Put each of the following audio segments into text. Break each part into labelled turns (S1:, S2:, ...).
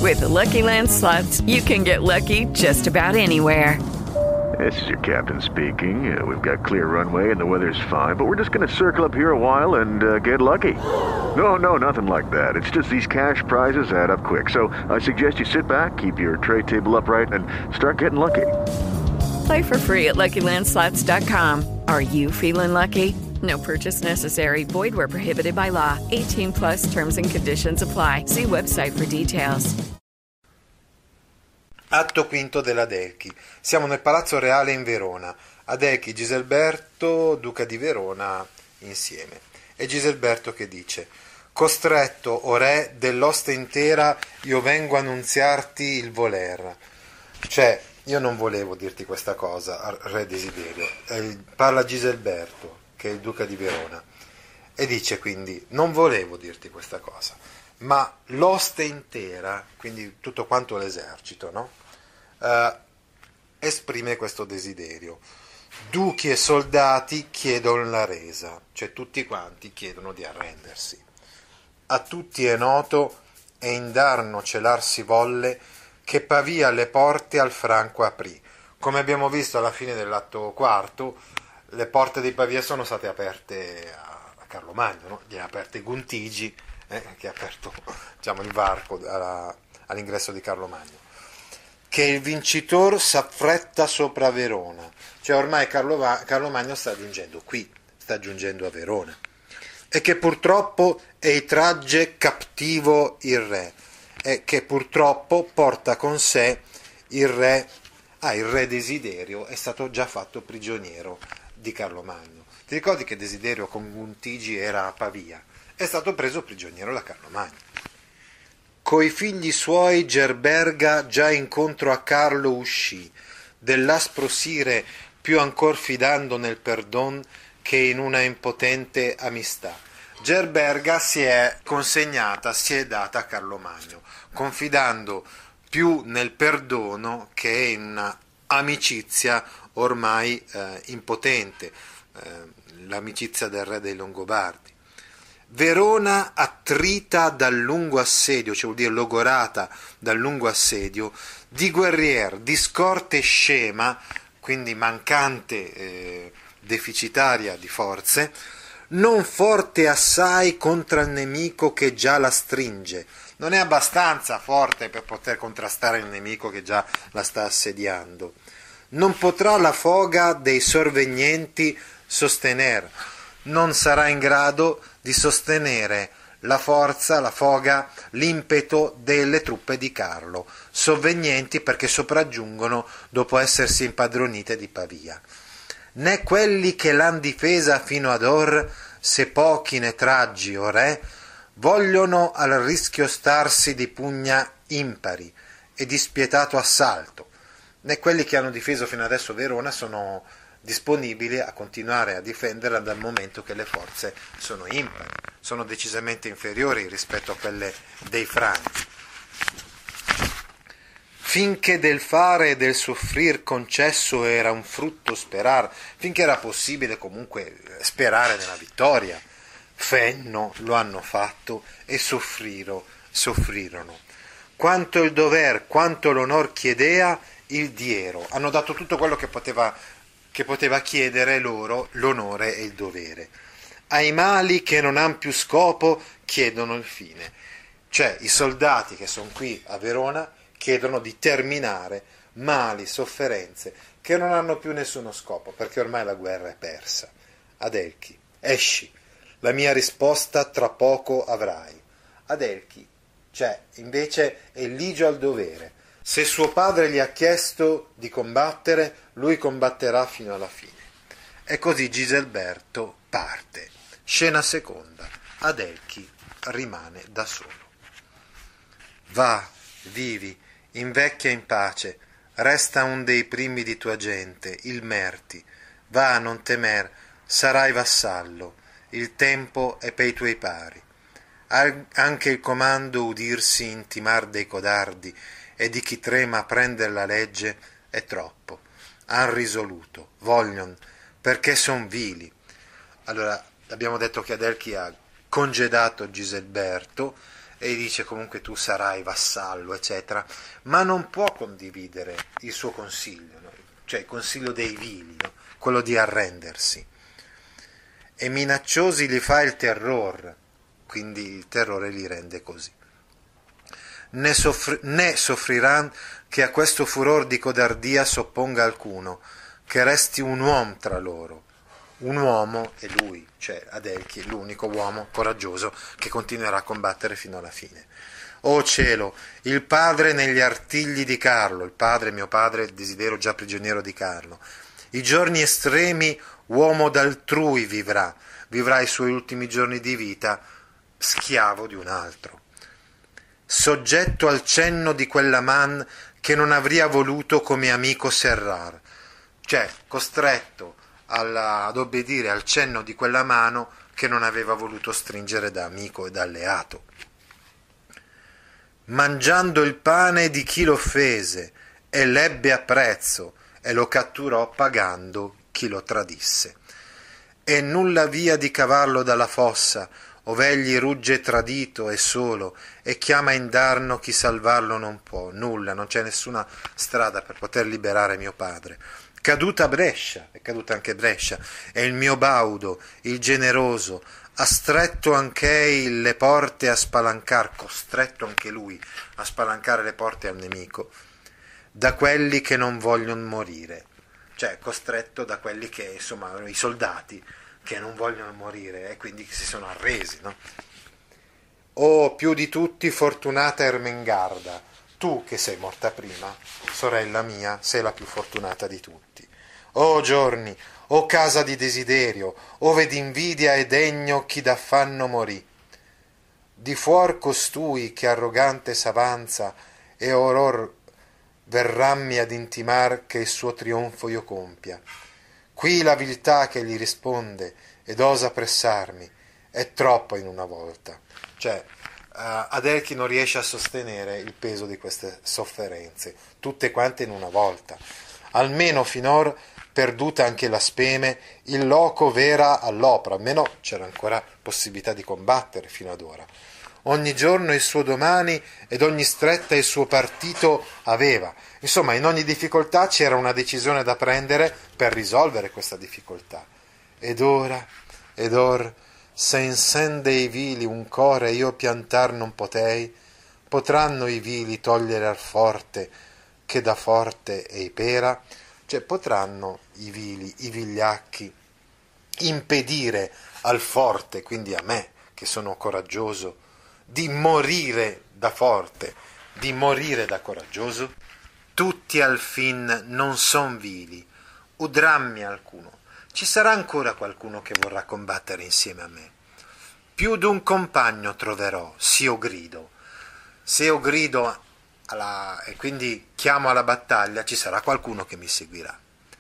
S1: With the Lucky Land Slots, you can get lucky just about anywhere.
S2: This is your captain speaking. We've got clear runway and the weather's fine, but we're just going to circle up here a while and get lucky. No, nothing like that. It's just these cash prizes add up quick. So I suggest you sit back, keep your tray table upright, and start getting lucky.
S1: Play for free at LuckyLandSlots.com. Are you feeling lucky? No purchase necessary. Void where prohibited by law. 18 plus terms and conditions apply. See website for details.
S3: Atto quinto dell'Adelchi. Siamo nel Palazzo Reale in Verona. Adelchi, Giselberto, duca di Verona, insieme. E Giselberto che dice: costretto, o re, dell'oste intera, io vengo a annunziarti il voler. Cioè, io non volevo dirti questa cosa, re Desiderio. Parla Giselberto, che è il duca di Verona, e dice quindi: non volevo dirti questa cosa, ma l'oste intera, quindi tutto quanto l'esercito, no? Esprime questo desiderio. Duchi e soldati chiedono la resa, cioè tutti quanti chiedono di arrendersi. A tutti è noto, e indarno celar si volle, che Pavia le porte al Franco aprì. Come abbiamo visto alla fine dell'atto quarto, le porte di Pavia sono state aperte a Carlo Magno, no? Gli ha aperte Guntigi, che ha aperto, diciamo, il varco all'ingresso di Carlo Magno. Che il vincitor s'affretta sopra Verona, cioè ormai Carlo Magno sta giungendo qui, sta giungendo a Verona, e che purtroppo ei tragge cattivo il re, e che purtroppo porta con sé il re Desiderio, è stato già fatto prigioniero di Carlo Magno. Ti ricordi che Desiderio con Guntigi era a Pavia? È stato preso prigioniero da Carlo Magno. Coi figli suoi Gerberga già incontro a Carlo uscì, dell'aspro sire più ancor fidando nel perdon che in una impotente amistà. Gerberga si è data a Carlo Magno, confidando più nel perdono che in una amicizia ormai impotente, l'amicizia del re dei Longobardi. Verona attrita dal lungo assedio, cioè vuol dire logorata dal lungo assedio, di guerrier, di scorte scema, quindi mancante, deficitaria di forze, non forte assai contra il nemico che già la stringe. Non è abbastanza forte per poter contrastare il nemico che già la sta assediando. Non potrà la foga dei sorvegnenti sostener, non sarà in grado di sostenere la forza, la foga, l'impeto delle truppe di Carlo, sovvenienti perché sopraggiungono dopo essersi impadronite di Pavia. Né quelli che l'han difesa fino ad or, se pochi ne traggi o re, vogliono al rischio starsi di pugna impari e di spietato assalto, né quelli che hanno difeso fino adesso Verona sono disponibili a continuare a difenderla dal momento che le forze sono impari, sono decisamente inferiori rispetto a quelle dei Franchi. Finché del fare e del soffrir concesso era un frutto sperar, finché era possibile comunque sperare nella vittoria, fenno lo hanno fatto e soffrirono. Quanto il dover, quanto l'onor chiedea, il diero. Hanno dato tutto quello che poteva chiedere loro l'onore e il dovere. Ai mali che non han più scopo chiedono il fine. Cioè i soldati che sono qui a Verona chiedono di terminare mali, sofferenze che non hanno più nessuno scopo, perché ormai la guerra è persa. Adelchi, esci, la mia risposta tra poco avrai. Adelchi, cioè invece è ligio al dovere. Se suo padre gli ha chiesto di combattere, lui combatterà fino alla fine. E così Giselberto parte. Scena seconda. Adelchi rimane da solo. Va, vivi, invecchia in pace, resta un dei primi di tua gente, il Merti. Va, non temer, sarai vassallo, il tempo è pei tuoi pari. Anche il comando udirsi intimar dei codardi e di chi trema a prender la legge è troppo. Han risoluto, voglion, perché son vili. Allora, abbiamo detto che Adelchi ha congedato Giselberto e dice comunque tu sarai vassallo, eccetera, ma non può condividere il suo consiglio, no? Cioè il consiglio dei vili, no? Quello di arrendersi. E minacciosi li fa il terror, quindi il terrore li rende così. Né soffriran che a questo furor di codardia s'opponga alcuno, che resti un uomo tra loro. Un uomo è lui, cioè Adelchi, l'unico uomo coraggioso che continuerà a combattere fino alla fine. O cielo, il padre negli artigli di Carlo, il padre, mio padre, il desiderio già prigioniero di Carlo. I giorni estremi uomo d'altrui vivrà i suoi ultimi giorni di vita schiavo di un altro. Soggetto al cenno di quella man che non avria voluto come amico serrar, cioè costretto ad obbedire al cenno di quella mano che non aveva voluto stringere da amico e da alleato. Mangiando il pane di chi l'offese e l'ebbe a prezzo e lo catturò pagando chi lo tradisse. E nulla via di cavarlo dalla fossa, ov'egli rugge tradito e solo, e chiama indarno chi salvarlo non può. Nulla, non c'è nessuna strada per poter liberare mio padre. Caduta Brescia, è caduta anche Brescia, e il mio baudo, il generoso, ha stretto anch'ei le porte a spalancar, costretto anche lui a spalancare le porte al nemico, da quelli che non vogliono morire, cioè costretto da quelli che, insomma, i soldati che non vogliono morire e quindi che si sono arresi, no? O più di tutti fortunata Ermengarda, tu che sei morta prima, sorella mia, sei la più fortunata di tutti. O giorni, o casa di desiderio, ove d'invidia è degno chi d'affanno morì. Di fuor costui che arrogante s'avanza e oror verrammi ad intimar che il suo trionfo io compia. Qui la viltà che gli risponde ed osa pressarmi è troppo in una volta. Cioè, Adelchi non riesce a sostenere il peso di queste sofferenze, tutte quante in una volta. Almeno finor perduta anche la speme, il loco vera all'opera, almeno c'era ancora possibilità di combattere fino ad ora. Ogni giorno il suo domani ed ogni stretta il suo partito aveva. Insomma, in ogni difficoltà c'era una decisione da prendere per risolvere questa difficoltà. Ed or, se in sen dei vili un core io piantar non potei, potranno i vili togliere al forte che da forte ei pera? Cioè potranno i vili, i vigliacchi, impedire al forte, quindi a me, che sono coraggioso, di morire da forte, di morire da coraggioso? Tutti al fin non son vili, udrammi alcuno. Ci sarà ancora qualcuno che vorrà combattere insieme a me. Più d'un compagno troverò, s'io grido. Se io grido e quindi chiamo alla battaglia, ci sarà qualcuno che mi seguirà.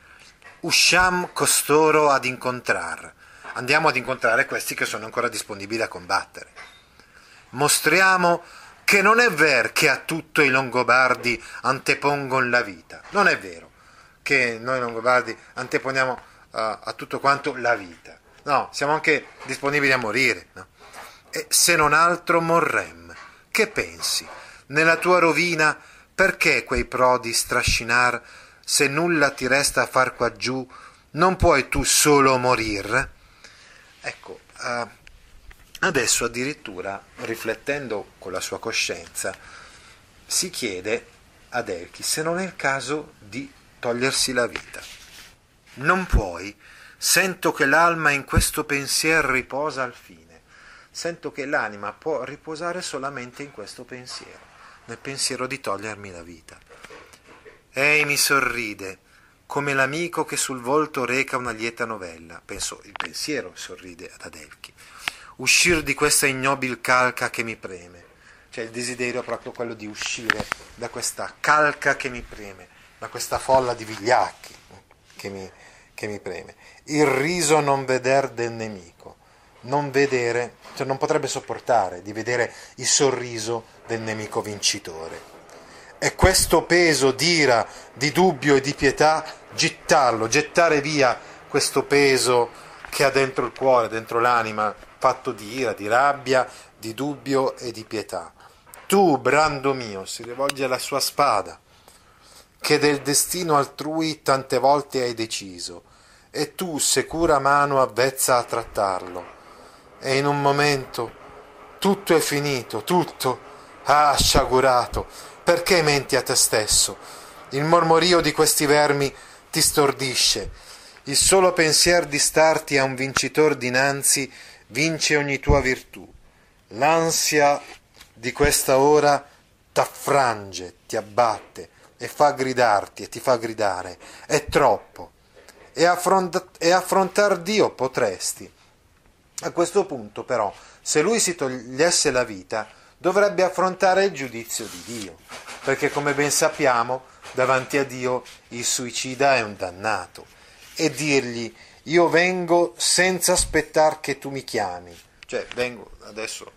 S3: Usciam costoro ad incontrar. Andiamo ad incontrare questi che sono ancora disponibili a combattere. Mostriamo che non è vero che a tutto i Longobardi antepongon la vita. Non è vero che noi Longobardi anteponiamo a tutto quanto la vita. No, siamo anche disponibili a morire, no? E se non altro morrem. Che pensi? Nella tua rovina perché quei prodi strascinar? Se nulla ti resta a far quaggiù, non puoi tu solo morir? Ecco, adesso addirittura, riflettendo con la sua coscienza, si chiede ad Elchi se non è il caso di togliersi la vita. Non puoi, sento che l'alma in questo pensier riposa al fine, sento che l'anima può riposare solamente in questo pensiero, nel pensiero di togliermi la vita. Ei mi sorride, come l'amico che sul volto reca una lieta novella, penso il pensiero sorride ad Adelchi, uscir di questa ignobil calca che mi preme, cioè il desiderio è proprio quello di uscire da questa calca che mi preme, da questa folla di vigliacchi che mi preme. Il riso non veder del nemico, non vedere, cioè non potrebbe sopportare di vedere il sorriso del nemico vincitore. E questo peso d'ira, di dubbio e di pietà, gettare via questo peso che ha dentro il cuore, dentro l'anima, fatto di ira, di rabbia, di dubbio e di pietà. Tu, brando mio, si rivolge alla sua spada, che del destino altrui tante volte hai deciso, e tu, secura mano avvezza a trattarlo, e in un momento tutto è finito, tutto. Ah, sciagurato, perché menti a te stesso? Il mormorio di questi vermi ti stordisce. Il solo pensier di starti a un vincitor dinanzi vince ogni tua virtù. L'ansia di questa ora t'affrange, ti abbatte e fa gridarti e ti fa gridare. È troppo. E affrontar Dio potresti. A questo punto, però, se lui si togliesse la vita, dovrebbe affrontare il giudizio di Dio, perché come ben sappiamo, davanti a Dio il suicida è un dannato, e dirgli: io vengo senza aspettar che tu mi chiami, cioè vengo adesso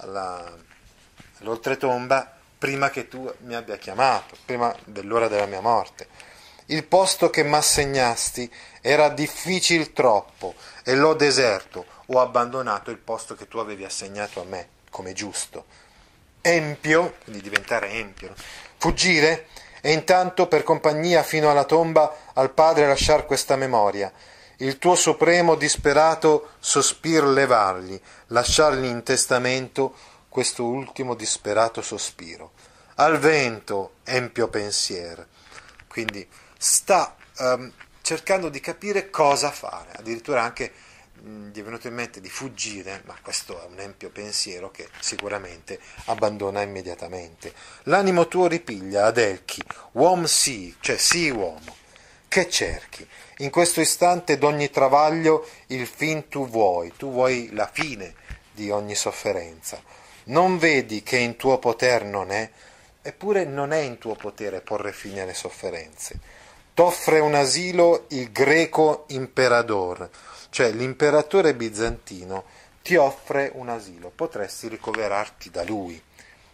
S3: all'oltretomba prima che tu mi abbia chiamato, prima dell'ora della mia morte. Il posto che m'assegnasti era difficil troppo e l'ho deserto, ho abbandonato il posto che tu avevi assegnato a me come giusto. Empio, quindi diventare empio, fuggire e intanto per compagnia fino alla tomba al padre lasciar questa memoria, il tuo supremo disperato sospir levargli, lasciargli in testamento questo ultimo disperato sospiro. Al vento, empio pensier. Quindi sta cercando di capire cosa fare, addirittura anche gli è venuto in mente di fuggire, ma questo è un empio pensiero che sicuramente abbandona immediatamente. L'animo tuo ripiglia ad Elchi, uom sì, cioè sì uomo, che cerchi? In questo istante d'ogni travaglio il fin tu vuoi la fine di ogni sofferenza. Non vedi che in tuo poter non è? Eppure non è in tuo potere porre fine alle sofferenze. T'offre un asilo il greco imperador, cioè l'imperatore bizantino ti offre un asilo, potresti ricoverarti da lui.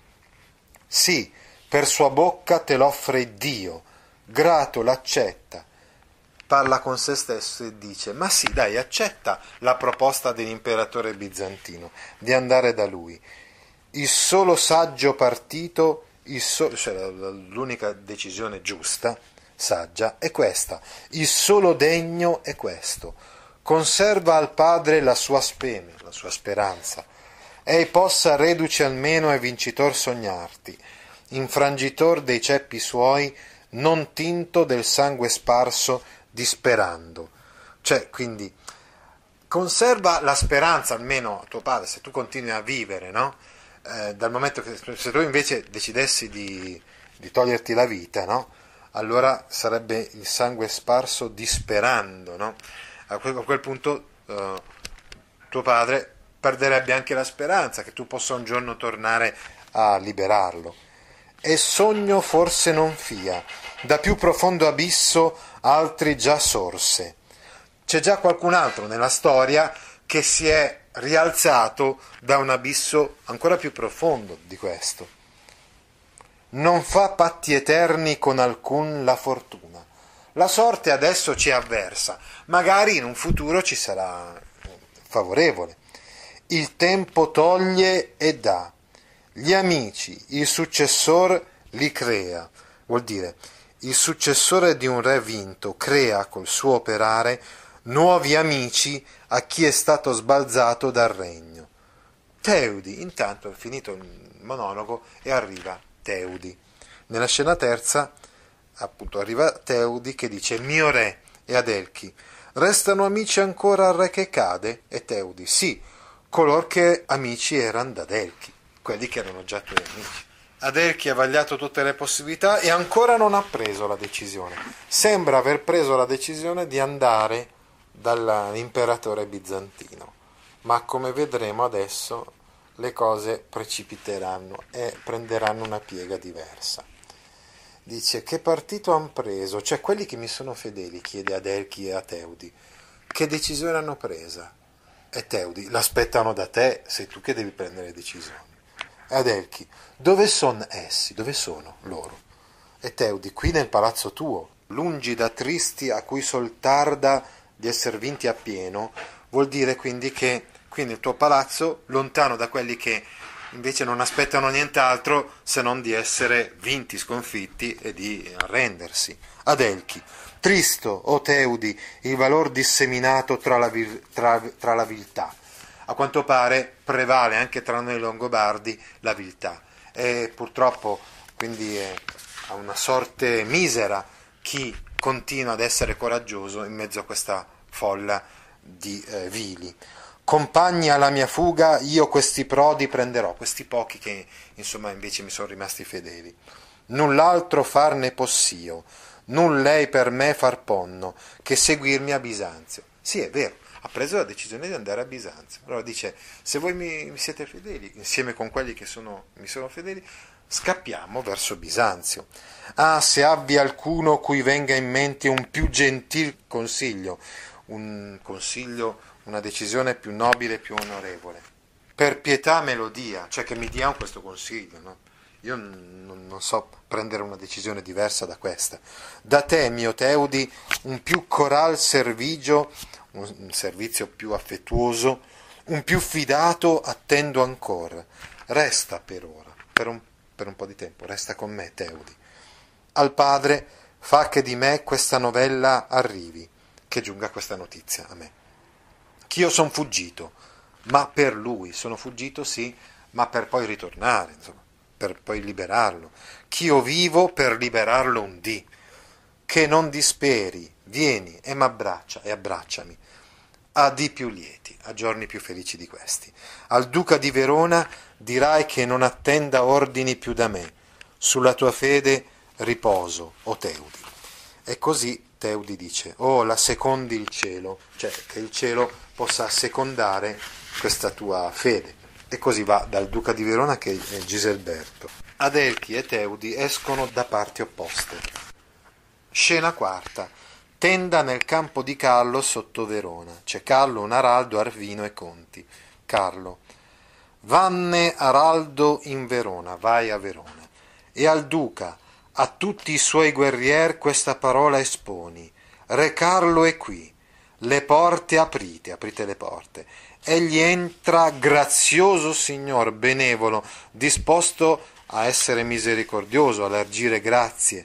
S3: Sì, per sua bocca te l'offre Dio, grato l'accetta. Parla con se stesso e dice: ma sì, dai, accetta la proposta dell'imperatore bizantino di andare da lui. Il solo saggio partito, cioè l'unica decisione giusta, saggia, è questa. Il solo degno è questo. Conserva al padre la sua speme, la sua speranza. Ei possa reduce almeno e vincitor sognarti, infrangitor dei ceppi suoi, non tinto del sangue sparso, disperando. Cioè, quindi, conserva la speranza almeno a tuo padre, se tu continui a vivere, no? Dal momento che se tu invece decidessi di toglierti la vita, no? Allora sarebbe il sangue sparso disperando, no? A quel punto tuo padre perderebbe anche la speranza che tu possa un giorno tornare a liberarlo. E sogno forse non fia, da più profondo abisso altri già sorse. C'è già qualcun altro nella storia che si è rialzato da un abisso ancora più profondo di questo. Non fa patti eterni con alcun la fortuna. La sorte adesso ci è avversa, magari in un futuro ci sarà favorevole. Il tempo toglie e dà. Gli amici, il successor li crea. Vuol dire, il successore di un re vinto crea col suo operare nuovi amici a chi è stato sbalzato dal regno. Teudi, intanto è finito il monologo e arriva Teudi. Nella scena terza, appunto, arriva Teudi che dice: mio re, e ad Elchi: restano amici ancora al re che cade? E Teudi: sì, color che amici eran da Elchi, quelli che erano già tuoi amici. Adelchi ha vagliato tutte le possibilità e ancora non ha preso la decisione. Sembra aver preso la decisione di andare dall'imperatore bizantino, ma come vedremo adesso le cose precipiteranno e prenderanno una piega diversa. Dice: che partito han preso? Cioè quelli che mi sono fedeli, chiede ad Elchi e a Teudi, che decisione hanno presa? E Teudi: l'aspettano da te, sei tu che devi prendere decisioni. E ad Elchi: dove son essi? Dove sono loro? E Teudi: qui nel palazzo tuo, lungi da tristi a cui sol tarda di esser vinti appieno. Vuol dire quindi che Quindi il tuo palazzo lontano da quelli che invece non aspettano nient'altro se non di essere vinti, sconfitti e di arrendersi. Adelchi, tristo, o Teudi, il valor disseminato tra la viltà. A quanto pare prevale anche tra noi Longobardi la viltà, e purtroppo quindi è a una sorte misera chi continua ad essere coraggioso in mezzo a questa folla di vili. Compagni alla mia fuga, io questi prodi prenderò, questi pochi che insomma invece mi sono rimasti fedeli. Null'altro farne possio, null lei per me far ponno, che seguirmi a Bisanzio. Sì, è vero, ha preso la decisione di andare a Bisanzio. Allora dice, se voi mi siete fedeli, insieme con quelli che mi sono fedeli, scappiamo verso Bisanzio. Ah, se abbia alcuno cui venga in mente un più gentil consiglio, una decisione più nobile, più onorevole. Per pietà me lo dia, cioè che mi dia questo consiglio, no? Io non so prendere una decisione diversa da questa. Da te, mio Teudi, un più coral servigio, un servizio più affettuoso, un più fidato attendo ancora. Resta per ora, per un po' di tempo, resta con me, Teudi. Al padre fa che di me questa novella arrivi, che giunga questa notizia a me. Ch'io son fuggito, ma per lui sono fuggito, sì, ma per poi ritornare, insomma, per poi liberarlo. Ch'io vivo per liberarlo un dì. Che non disperi, vieni e m'abbraccia e abbracciami. A dì più lieti, a giorni più felici di questi. Al duca di Verona dirai che non attenda ordini più da me. Sulla tua fede riposo, o Teudi. E così Teudi dice, oh, la secondi il cielo, cioè che il cielo possa assecondare questa tua fede. E così va dal duca di Verona che è Giselberto. Adelchi e Teudi escono da parti opposte. Scena quarta. Tenda nel campo di Carlo sotto Verona. C'è Carlo, un araldo, Arvino e Conti. Carlo. Vanne araldo in Verona, vai a Verona. E al duca, a tutti i suoi guerrier questa parola esponi. Re Carlo è qui. Le porte aprite le porte. Egli entra grazioso signor, benevolo, disposto a essere misericordioso, a largire grazie.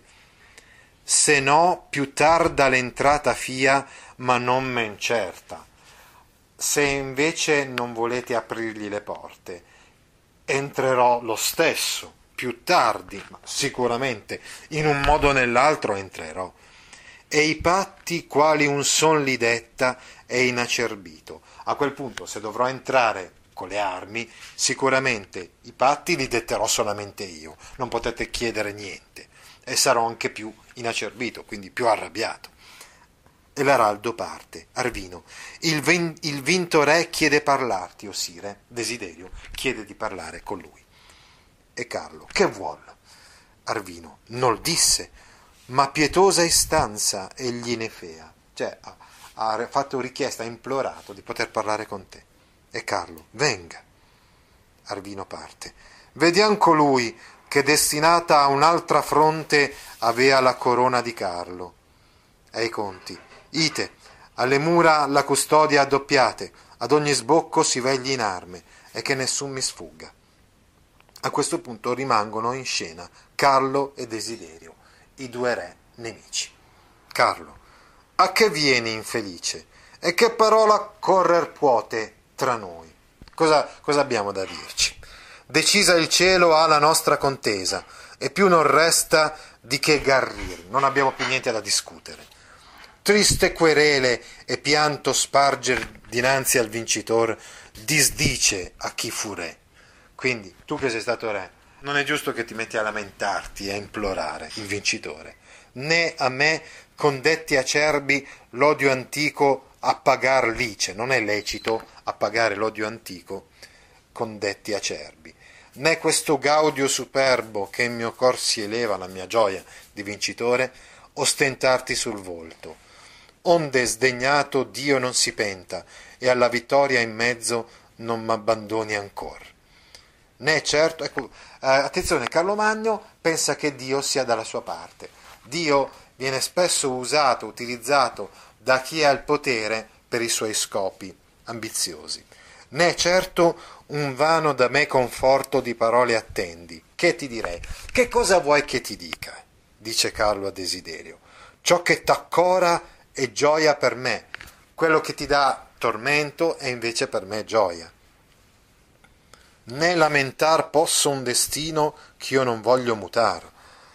S3: Se no, più tarda l'entrata fia, ma non men certa. Se invece non volete aprirgli le porte, entrerò lo stesso, più tardi, ma sicuramente, in un modo o nell'altro entrerò. E i patti, quali un son li detta, è inacerbito. A quel punto, se dovrò entrare con le armi, sicuramente i patti li detterò solamente io, non potete chiedere niente, e sarò anche più inacerbito, quindi più arrabbiato. E l'araldo parte. Arvino, il vinto re chiede parlarti, o sire, Desiderio chiede di parlare con lui. E Carlo, che vuol? Arvino, nol disse, ma pietosa istanza egli ne fea, cioè ha fatto richiesta, ha implorato di poter parlare con te. E Carlo, venga. Arvino parte. Vediam colui che destinata a un'altra fronte avea la corona di Carlo. E i Conti, ite, alle mura la custodia addoppiate, ad ogni sbocco si vegli in arme, e che nessun mi sfugga. A questo punto rimangono in scena Carlo e Desiderio, i due re nemici. Carlo, a che vieni infelice? E che parola correr puote tra noi? Cosa abbiamo da dirci? Decisa il cielo ha la nostra contesa, e più non resta di che garrir, non abbiamo più niente da discutere. Triste querele e pianto sparger dinanzi al vincitor, disdice a chi fu re. Quindi, tu che sei stato re, non è giusto che ti metti a lamentarti e a implorare il vincitore, né a me, con detti acerbi, l'odio antico a pagar lice, non è lecito a pagare l'odio antico con detti acerbi, né questo gaudio superbo che in mio cor si eleva, la mia gioia di vincitore, ostentarti sul volto. Onde sdegnato Dio non si penta, e alla vittoria in mezzo non m'abbandoni ancor. Né certo, ecco, attenzione, Carlo Magno pensa che Dio sia dalla sua parte. Dio viene spesso utilizzato da chi ha il potere per i suoi scopi ambiziosi. né certo un vano da me conforto di parole attendi. Che ti direi? Che cosa vuoi che ti dica? Dice Carlo a Desiderio. Ciò che t'accora è gioia per me, quello che ti dà tormento è invece per me gioia. Né lamentar posso un destino ch'io non voglio mutar,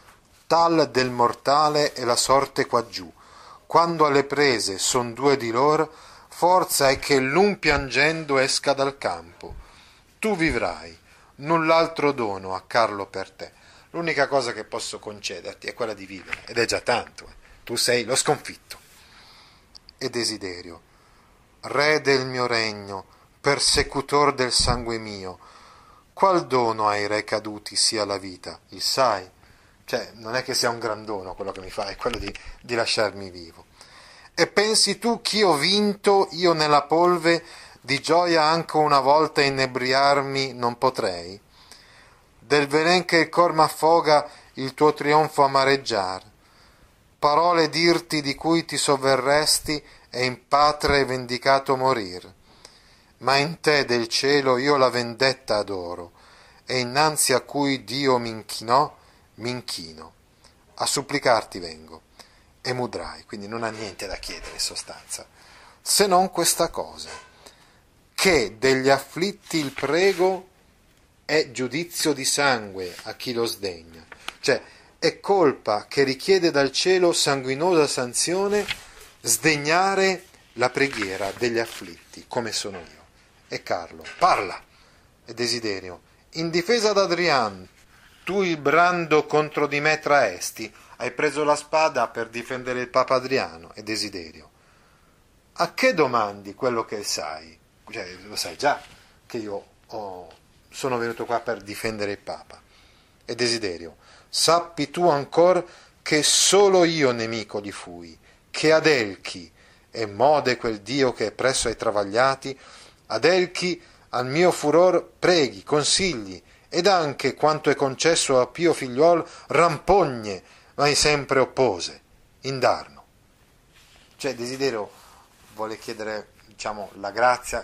S3: tal del mortale è la sorte quaggiù, quando alle prese son due di lor, forza è che l'un piangendo esca dal campo. Tu vivrai, null'altro dono a Carlo per te. L'unica cosa che posso concederti è quella di vivere, ed è già tanto. Tu sei lo sconfitto. E Desiderio, re del mio regno, persecutor del sangue mio, qual dono ai re caduti sia la vita? Il sai? Cioè, non è che sia un gran dono quello che mi fai, è quello di lasciarmi vivo. E pensi tu ch'io vinto, io nella polve, di gioia anche una volta inebriarmi non potrei? Del velen che il cor m'affoga il tuo trionfo amareggiar, parole dirti di cui ti sovverresti e in patria vendicato morir. Ma in te del cielo io la vendetta adoro, e innanzi a cui Dio m'inchino. A supplicarti vengo, e mudrai, quindi non ha niente da chiedere in sostanza, se non questa cosa, che degli afflitti il prego è giudizio di sangue a chi lo sdegna, cioè è colpa che richiede dal cielo sanguinosa sanzione sdegnare la preghiera degli afflitti, come sono io. E Carlo, parla! E Desiderio, in difesa d'Adrian, tu il brando contro di me traesti, hai preso la spada per difendere il Papa Adriano. E Desiderio, a che domandi quello che sai? Cioè, lo sai già che io sono venuto qua per difendere il Papa. E Desiderio, sappi tu ancor che solo io nemico gli fui, che Adelchi, e mode quel Dio che è presso ai travagliati, Adelchi al mio furor preghi, consigli, ed anche quanto è concesso a Pio figliuol rampogne, ma sempre oppose, indarno. Cioè Desiderio vuole chiedere, diciamo, la grazia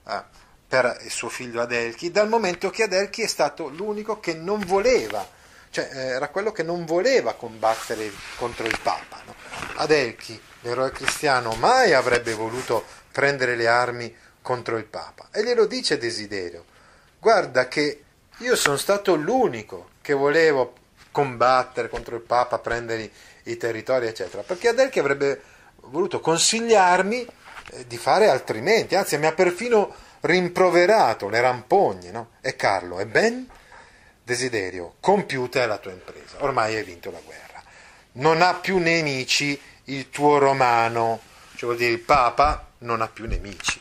S3: per il suo figlio Adelchi, dal momento che Adelchi è stato l'unico che non voleva, cioè era quello che non voleva combattere contro il Papa, no? Adelchi, l'eroe cristiano, mai avrebbe voluto prendere le armi contro il Papa, e glielo dice Desiderio, guarda che io sono stato l'unico che volevo combattere contro il Papa, prendere i territori eccetera, perché Adelchi avrebbe voluto consigliarmi di fare altrimenti, anzi mi ha perfino rimproverato le rampogne, no? E Carlo, e ben Desiderio, compiuta è la tua impresa, ormai hai vinto la guerra, non ha più nemici il tuo romano, cioè vuol dire il Papa non ha più nemici,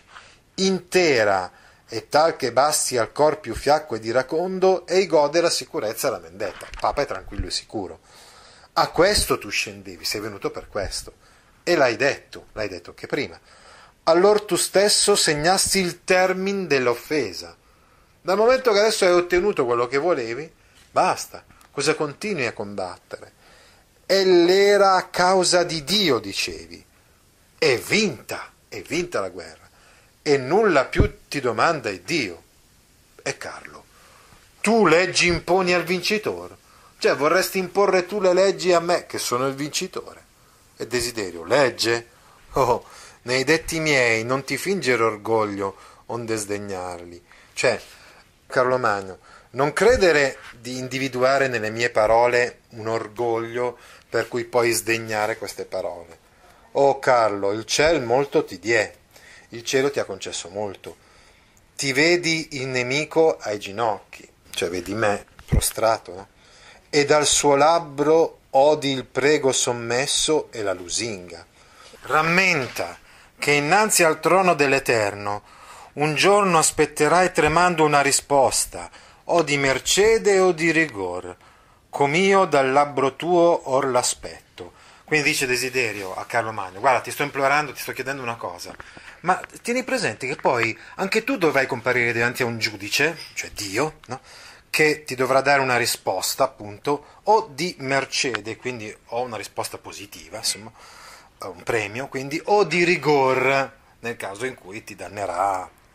S3: intera e tal che basti al cor più fiacco ed iracondo, e gode la sicurezza e la vendetta. Il Papa è tranquillo e sicuro. A questo tu scendevi, sei venuto per questo, e l'hai detto anche prima. Allor tu stesso segnasti il termine dell'offesa. Dal momento che adesso hai ottenuto quello che volevi, basta, cosa continui a combattere? E l'era a causa di Dio, dicevi. È vinta la guerra. E nulla più ti domanda è Dio. E Carlo, tu leggi imponi al vincitore, cioè vorresti imporre tu le leggi a me che sono il vincitore. E Desiderio, legge? Oh, nei detti miei non ti fingere orgoglio onde sdegnarli. Cioè, Carlo Magno, non credere di individuare nelle mie parole un orgoglio per cui poi sdegnare queste parole. Oh Carlo, il ciel molto ti diè, il cielo ti ha concesso molto. Ti vedi il nemico ai ginocchi, cioè vedi me prostrato, no? E dal suo labbro odi il prego sommesso e la lusinga. Rammenta che innanzi al trono dell'Eterno un giorno aspetterai tremando una risposta, o di mercede o di rigor, com'io dal labbro tuo or l'aspetto. Quindi dice Desiderio a Carlo Magno, guarda, ti sto implorando, ti sto chiedendo una cosa, ma tieni presente che poi anche tu dovrai comparire davanti a un giudice, cioè Dio, no? Che ti dovrà dare una risposta, appunto, o di mercede, quindi o una risposta positiva, insomma, un premio, quindi, o di rigor, nel caso in cui ti dannerà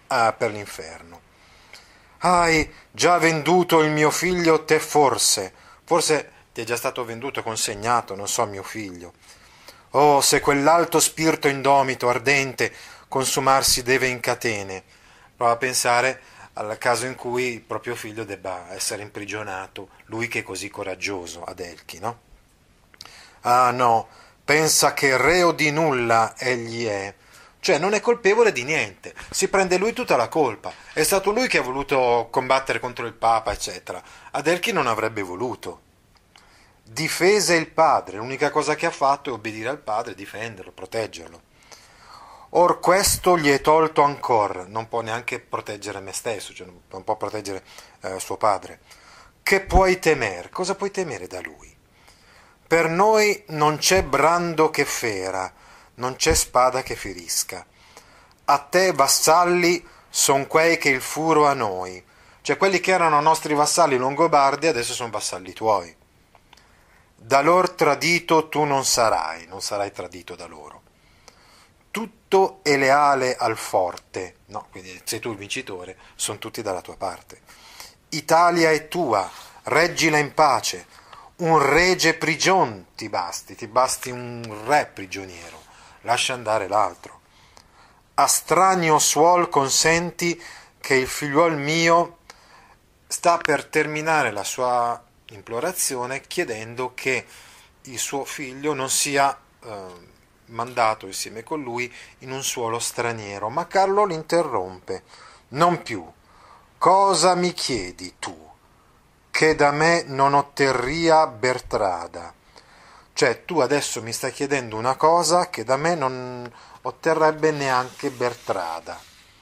S3: per l'inferno. Hai già venduto il mio figlio te forse ti è già stato venduto, consegnato, non so, mio figlio. Oh, se quell'alto spirito indomito, ardente, consumarsi deve in catene. Prova a pensare al caso in cui il proprio figlio debba essere imprigionato, lui che è così coraggioso, Adelchi, no? Ah no, pensa che reo di nulla egli è, cioè non è colpevole di niente, si prende lui tutta la colpa, è stato lui che ha voluto combattere contro il Papa, eccetera. Adelchi non avrebbe voluto. Difese il padre, l'unica cosa che ha fatto è obbedire al padre, difenderlo, proteggerlo. Or questo gli è tolto ancor, non può neanche proteggere me stesso, cioè non può proteggere suo padre. Che puoi temere? Cosa puoi temere da lui? Per noi non c'è brando che fera, non c'è spada che ferisca. A te vassalli son quei che il furo a noi, cioè quelli che erano nostri vassalli longobardi adesso sono vassalli tuoi. Da lor tradito tu non sarai tradito da loro. Tutto è leale al forte, no, quindi sei tu il vincitore, sono tutti dalla tua parte. Italia è tua, reggila in pace, un rege prigion ti basti un re prigioniero, lascia andare l'altro. A strano suol consenti che il figliuol mio sta per terminare la sua implorazione chiedendo che il suo figlio non sia mandato insieme con lui in un suolo straniero, ma Carlo l'interrompe. Non più. Cosa mi chiedi tu? Che da me non otterria Bertrada. Cioè tu adesso mi stai chiedendo una cosa che da me non otterrebbe neanche Bertrada.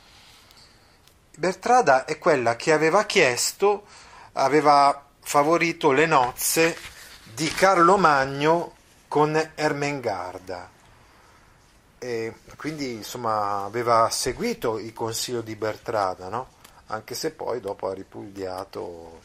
S3: Bertrada è quella che aveva favorito le nozze di Carlo Magno con Ermengarda. E quindi insomma aveva seguito il consiglio di Bertrada, no? Anche se poi dopo ha ripudiato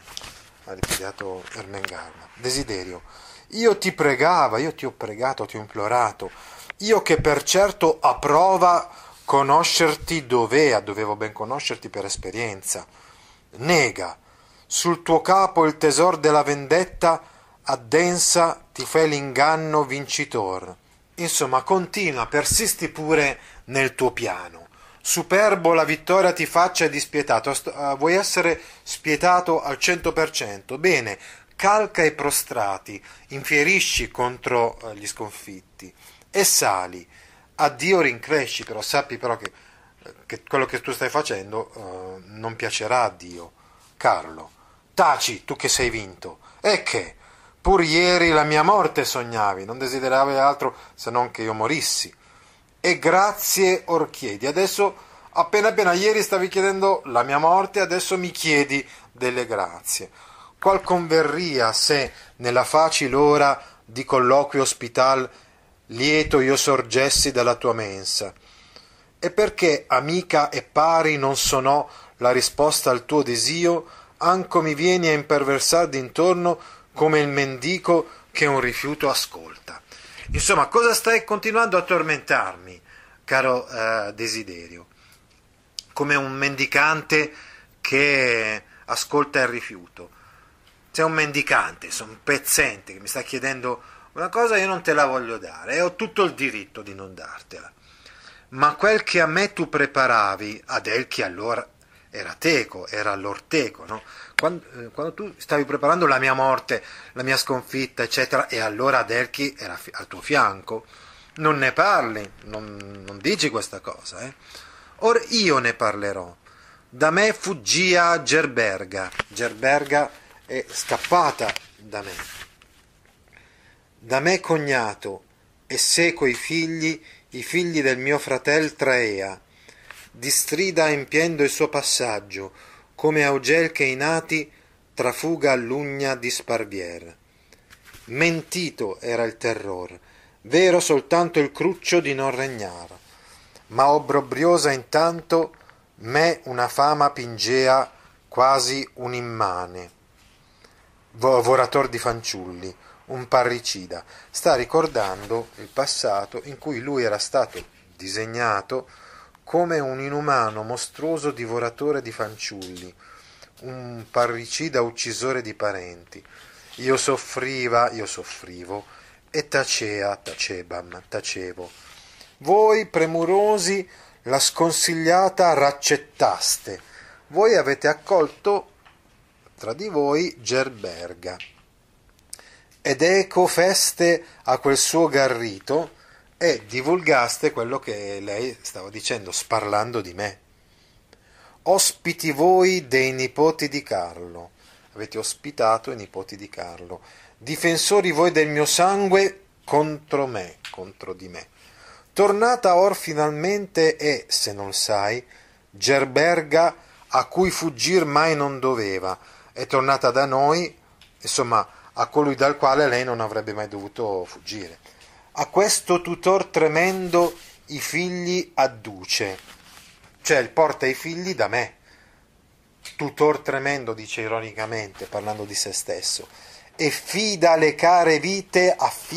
S3: Ermengarda. Desiderio, io ti ho pregato, ti ho implorato, io che per certo a prova conoscerti dovevo ben conoscerti per esperienza, nega, sul tuo capo il tesor della vendetta addensa ti fai l'inganno vincitor. Insomma, continua, persisti pure nel tuo piano. Superbo la vittoria ti faccia e dispietato. Vuoi essere spietato al 100%? Bene, calca i prostrati, infierisci contro gli sconfitti e sali. A Dio rincresci, però sappi però che quello che tu stai facendo non piacerà a Dio. Carlo, taci, tu che sei vinto. E che? Pur ieri la mia morte sognavi, non desideravi altro se non che io morissi. E grazie or chiedi. Adesso, appena ieri stavi chiedendo la mia morte, adesso mi chiedi delle grazie. Qual converria se nella facile ora di colloquio ospital lieto io sorgessi dalla tua mensa? E perché, amica e pari, non sonò la risposta al tuo desio, anco mi vieni a imperversar d'intorno come il mendico che un rifiuto ascolta. Insomma, cosa stai continuando a tormentarmi, caro Desiderio? Come un mendicante che ascolta il rifiuto. Sei un mendicante, sei un pezzente che mi sta chiedendo una cosa e io non te la voglio dare e ho tutto il diritto di non dartela. Ma quel che a me tu preparavi, Adelchi allora era teco, era all'orteco, no? Quando tu stavi preparando la mia morte, la mia sconfitta, eccetera, e allora Adelchi era al tuo fianco, non ne parli, non dici questa cosa, eh? Or io ne parlerò. Da me fuggia Gerberga è scappata da me. Da me cognato, e seco i figli del mio fratel Traea, distrida empiendo il suo passaggio, come augel che i nati trafuga all'ugna di Sparvier. Mentito era il terror, vero soltanto il cruccio di non regnar, ma obbrobriosa intanto me una fama pingea quasi un immane. Vorator di fanciulli, un parricida, sta ricordando il passato in cui lui era stato disegnato come un inumano mostruoso divoratore di fanciulli, un parricida uccisore di parenti. Io soffrivo, e tacevo. Voi, premurosi, la sconsigliata raccettaste. Voi avete accolto tra di voi Gerberga. Ed eco feste a quel suo garrito, e divulgaste quello che lei stava dicendo, sparlando di me. Ospiti voi dei nipoti di Carlo, avete ospitato i nipoti di Carlo, difensori voi del mio sangue contro di me. Tornata or finalmente è, se non sai, Gerberga a cui fuggir mai non doveva, è tornata da noi, insomma, a colui dal quale lei non avrebbe mai dovuto fuggire. A questo tutor tremendo i figli adduce, cioè porta i figli da me. Tutor tremendo, dice ironicamente, parlando di se stesso, e affida le care vite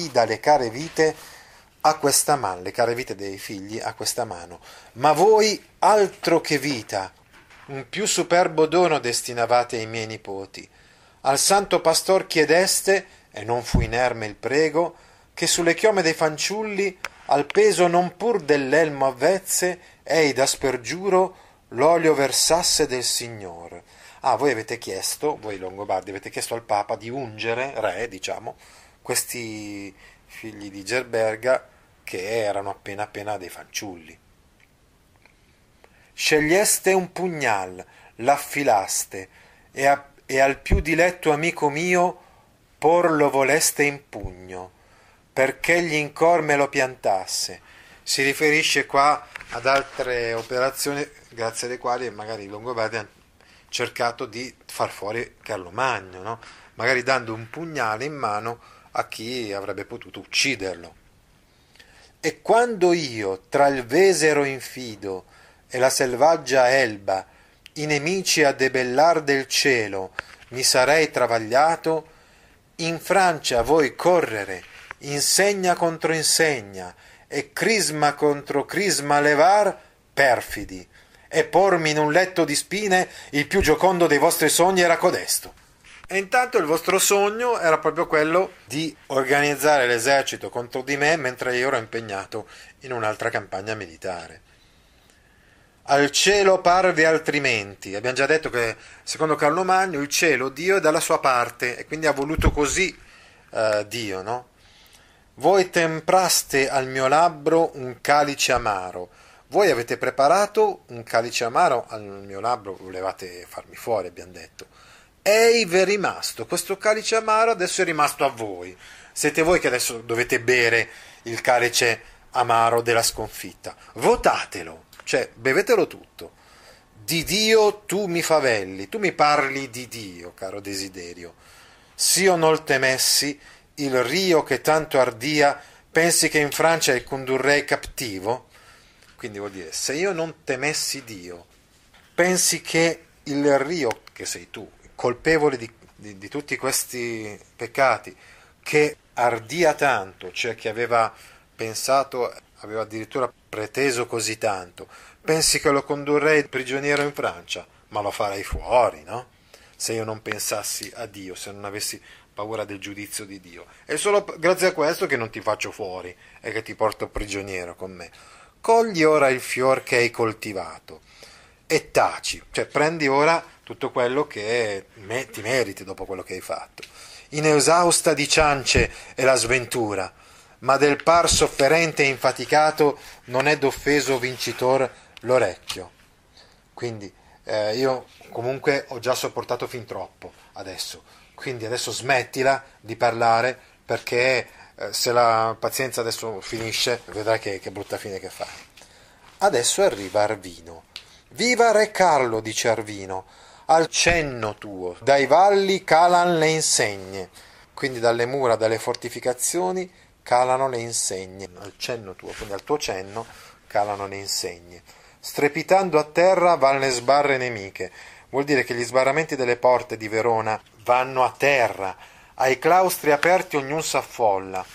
S3: a questa mano, le care vite dei figli a questa mano. Ma voi altro che vita, un più superbo dono destinavate ai miei nipoti. Al santo pastor chiedeste, e non fu inerme il prego, che sulle chiome dei fanciulli, al peso non pur dell'elmo avvezze, ei da spergiuro l'olio versasse del Signor. Voi avete chiesto, voi Longobardi, avete chiesto al Papa di ungere, re, diciamo, questi figli di Gerberga che erano appena dei fanciulli. Sceglieste un pugnal, l'affilaste, e al più diletto amico mio por lo voleste in pugno, perché gli in cor me lo piantasse. Si riferisce qua ad altre operazioni grazie alle quali magari i Longobardi hanno cercato di far fuori Carlo Magno, no? Magari dando un pugnale in mano a chi avrebbe potuto ucciderlo. E quando io tra il Vesero infido e la selvaggia Elba, i nemici a debellar del cielo, mi sarei travagliato, in Francia voi correre, insegna contro insegna, e crisma contro crisma levar, perfidi, e pormi in un letto di spine, il più giocondo dei vostri sogni era codesto. E intanto il vostro sogno era proprio quello di organizzare l'esercito contro di me mentre io ero impegnato in un'altra campagna militare. Al cielo parve altrimenti. Abbiamo già detto che secondo Carlo Magno il cielo, Dio, è dalla sua parte e quindi ha voluto così Dio, no? Voi tempraste al mio labbro un calice amaro. Voi avete preparato un calice amaro al mio labbro, volevate farmi fuori, abbiamo detto. Ei v'è rimasto, questo calice amaro adesso è rimasto a voi. Siete voi che adesso dovete bere il calice amaro della sconfitta. Votatelo, cioè bevetelo tutto. Di Dio tu mi favelli, tu mi parli di Dio, caro Desiderio. S'io nol temessi il rio che tanto ardia, pensi che in Francia il condurrei captivo? Quindi vuol dire, se io non temessi Dio, pensi che il rio, che sei tu, colpevole di tutti questi peccati, che ardia tanto, cioè che aveva pensato, aveva addirittura preteso così tanto, pensi che lo condurrei prigioniero in Francia? Ma lo farei fuori, no? Se io non pensassi a Dio, se non avessi paura del giudizio di Dio. È solo grazie a questo che non ti faccio fuori e che ti porto prigioniero con me. Cogli ora il fior che hai coltivato e taci, cioè prendi ora tutto quello che ti meriti dopo quello che hai fatto. Inesausta di ciance è la sventura, ma del par sofferente e infaticato non è d'offeso vincitor l'orecchio. Quindi io comunque ho già sopportato fin troppo adesso, quindi adesso smettila di parlare, perché se la pazienza adesso finisce vedrai che brutta fine che fa. Adesso arriva Arvino. Viva Re Carlo, dice Arvino, al cenno tuo dai valli calan le insegne, quindi dalle mura, dalle fortificazioni calano le insegne, al cenno tuo, quindi al tuo cenno calano le insegne. Strepitando a terra van le sbarre nemiche, vuol dire che gli sbarramenti delle porte di Verona vanno a terra, ai claustri aperti ognuno s'affolla.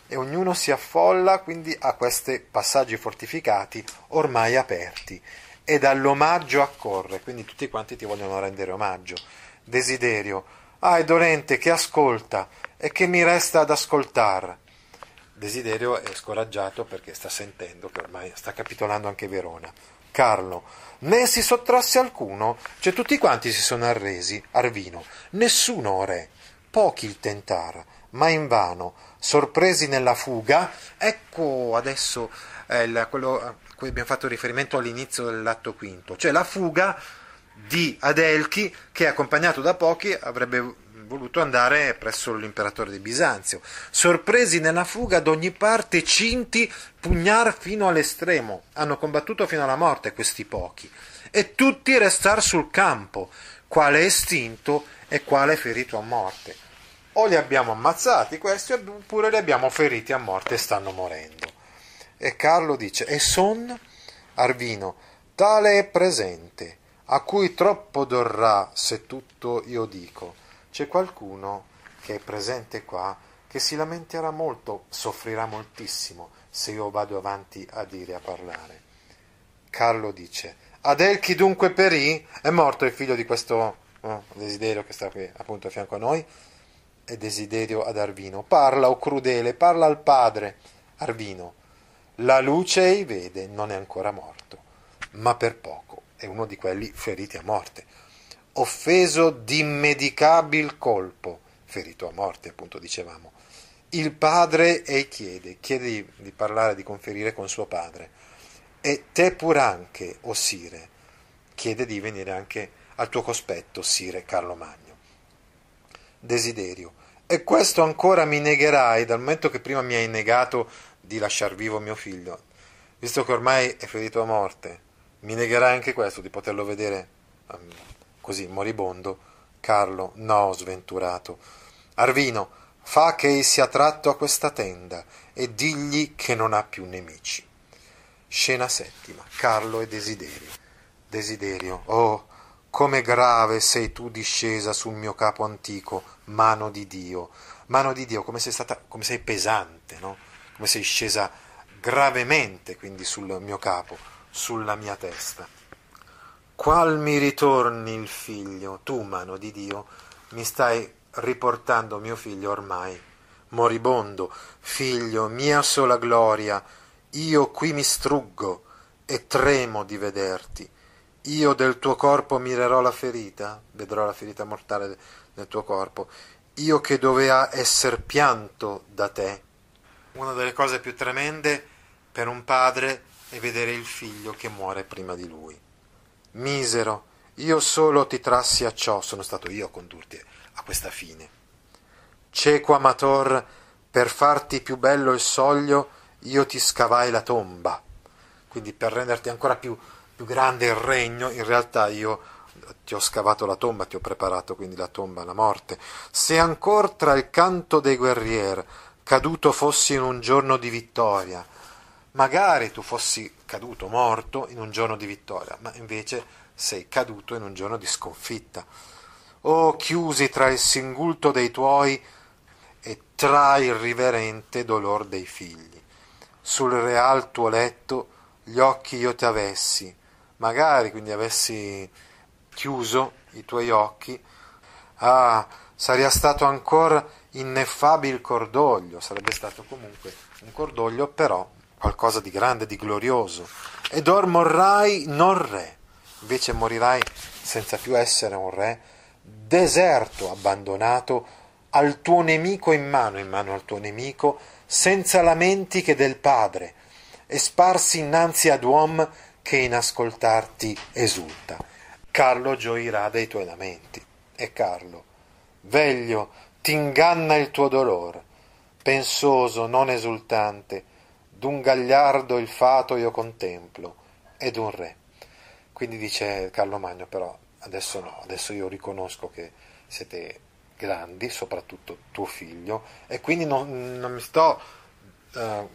S3: e ognuno si affolla quindi a questi passaggi fortificati ormai aperti, e dall'omaggio accorre, quindi tutti quanti ti vogliono rendere omaggio. Desiderio: ah, è dolente che ascolta e che mi resta ad ascoltar. Desiderio è scoraggiato perché sta sentendo che ormai sta capitolando anche Verona. Carlo: ne si sottrasse alcuno, cioè tutti quanti si sono arresi. Arvino: nessuno, o re, pochi il tentar, ma invano, sorpresi nella fuga. Ecco adesso quello a cui abbiamo fatto riferimento all'inizio dell'atto quinto, cioè la fuga di Adelchi, che accompagnato da pochi avrebbe voluto andare presso l'imperatore di Bisanzio. Sorpresi nella fuga d'ogni parte, cinti, pugnar fino all'estremo, hanno combattuto fino alla morte questi pochi, e tutti restar sul campo, quale estinto e quale ferito a morte. O li abbiamo ammazzati questi, oppure li abbiamo feriti a morte e stanno morendo. E Carlo dice: e son? Arvino: tale è presente, a cui troppo dorrà se tutto io dico. C'è qualcuno che è presente qua che si lamenterà molto, soffrirà moltissimo se io vado avanti a dire, a parlare. Carlo dice: Adelchi dunque perì? È morto il figlio di questo Desiderio che sta qui appunto a fianco a noi? E Desiderio ad Arvino: parla, o crudele, parla al padre. Arvino: la luce ei vede, non è ancora morto, ma per poco è uno di quelli feriti a morte. Offeso d'immedicabil colpo, ferito a morte appunto dicevamo. Il padre ei chiede di parlare, di conferire con suo padre, e te pur anche, o sire, chiede di venire anche al tuo cospetto, sire Carlo Magno. Desiderio: e questo ancora mi negherai, dal momento che prima mi hai negato di lasciar vivo mio figlio, visto che ormai è ferito a morte, mi negherai anche questo, di poterlo vedere così moribondo? Carlo: no, sventurato. Arvino: fa che ei sia tratto a questa tenda e digli che non ha più nemici. Scena settima. Carlo e Desiderio. Desiderio: oh, come grave sei tu discesa sul mio capo antico, mano di Dio, come sei pesante, no? Come sei scesa gravemente quindi sul mio capo, sulla mia testa. Qual mi ritorni il figlio, tu, mano di Dio, mi stai riportando mio figlio ormai moribondo, figlio, mia sola gloria, io qui mi struggo e tremo di vederti. Io del tuo corpo mirerò la ferita, vedrò la ferita mortale del tuo corpo, io che dovea esser pianto da te. Una delle cose più tremende per un padre è vedere il figlio che muore prima di lui. Misero, io solo ti trassi a ciò, sono stato io a condurti a questa fine. Ceco amator, per farti più bello il soglio, io ti scavai la tomba. Quindi per renderti ancora più grande il regno, in realtà io ti ho scavato la tomba, ti ho preparato quindi la tomba, la morte. Se ancor tra il canto dei guerrier caduto fossi in un giorno di vittoria, magari tu fossi caduto, morto, in un giorno di vittoria, ma invece sei caduto in un giorno di sconfitta. Oh, chiusi tra il singulto dei tuoi e tra il riverente dolor dei figli. Sul real tuo letto gli occhi io ti avessi, magari quindi avessi chiuso i tuoi occhi, saria stato ancora ineffabil cordoglio, sarebbe stato comunque un cordoglio, però qualcosa di grande, di glorioso. Ed or morrai non re, invece morirai senza più essere un re, deserto, abbandonato al tuo nemico, in mano al tuo nemico, senza lamenti che del padre, e sparsi innanzi ad uom che in ascoltarti esulta. Carlo gioirà dei tuoi lamenti. E Carlo: veglio, t'inganna il tuo dolor, pensoso, non esultante, d'un gagliardo il fato io contemplo, ed un re. Quindi dice Carlo Magno: però adesso no, adesso io riconosco che siete grandi, soprattutto tuo figlio, e quindi non mi sto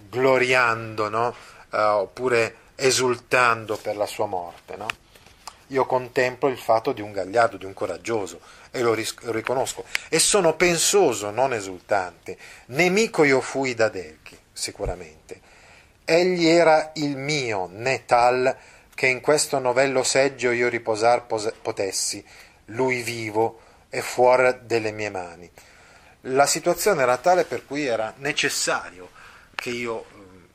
S3: gloriando, no? Oppure esultando per la sua morte, no? io contemplo il fatto di un gagliardo, di un coraggioso, e lo riconosco, e sono pensoso, non esultante. Nemico io fui d'Adelchi, sicuramente. Egli era il mio, né tal che in questo novello seggio io riposar potessi, lui vivo e fuori delle mie mani. La situazione era tale per cui era necessario che io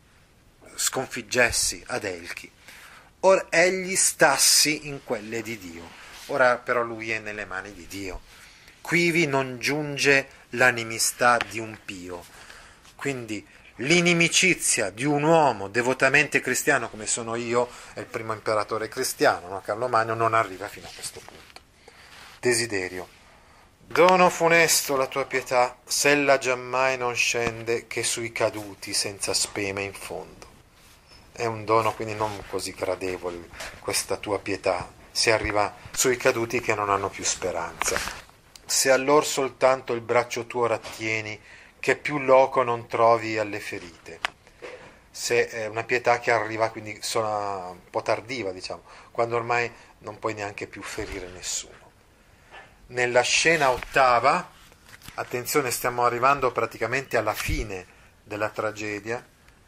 S3: sconfiggessi Adelchi. Or egli stassi in quelle di Dio. Ora però lui è nelle mani di Dio. Quivi non giunge l'animistà di un pio. Quindi l'inimicizia di un uomo devotamente cristiano come sono io, è il primo imperatore cristiano, no? Carlo Magno, non arriva fino a questo punto. Desiderio. Dono funesto la tua pietà, s'ella giammai non scende che sui caduti senza speme in fondo. È un dono quindi non così gradevole questa tua pietà, se arriva sui caduti che non hanno più speranza. Se allor soltanto il braccio tuo rattieni, che più loco non trovi alle ferite. Se è una pietà che arriva quindi sono un po' tardiva, diciamo, quando ormai non puoi neanche più ferire nessuno. Nella scena ottava, attenzione, stiamo arrivando praticamente alla fine della tragedia,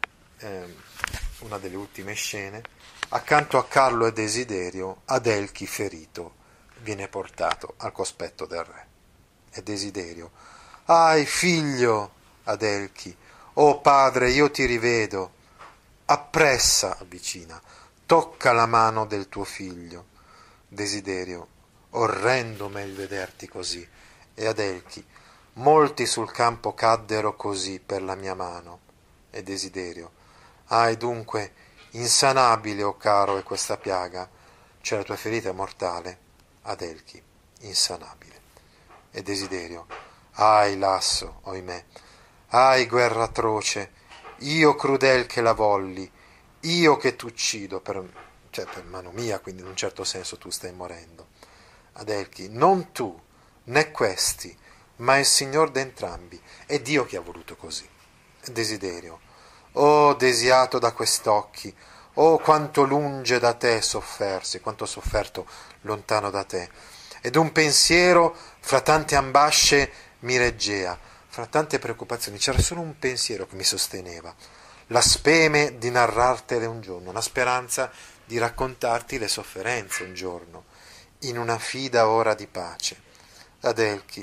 S3: una delle ultime scene, accanto a Carlo e Desiderio, Adelchi ferito viene portato al cospetto del re. E Desiderio: «Ahi, figlio!» Adelchi: «Oh padre, io ti rivedo!» «Appressa!» avvicina, «tocca la mano del tuo figlio!» Desiderio: «Orrendo m'è il vederti così!» E Adelchi: «Molti sul campo caddero così per la mia mano!» E Desiderio: «Ahi, dunque, insanabile, o caro, è questa piaga, cioè la tua ferita è mortale?» Adelchi: «Insanabile!» E Desiderio: «Ahi, lasso, oimè, ahi, guerra atroce, io crudel che la volli, io che t'uccido per mano mia, quindi in un certo senso tu stai morendo». Adelchi: «Non tu, né questi, ma il Signor d'entrambi, è Dio che ha voluto così». Desiderio: «Oh, desiato da quest'occhi, oh, quanto lunge da te soffersi, quanto ho sofferto lontano da te, ed un pensiero fra tante ambasce mi reggea, fra tante preoccupazioni, c'era solo un pensiero che mi sosteneva, la speme di narrartele un giorno, una speranza di raccontarti le sofferenze un giorno, in una fida ora di pace». Adelchi: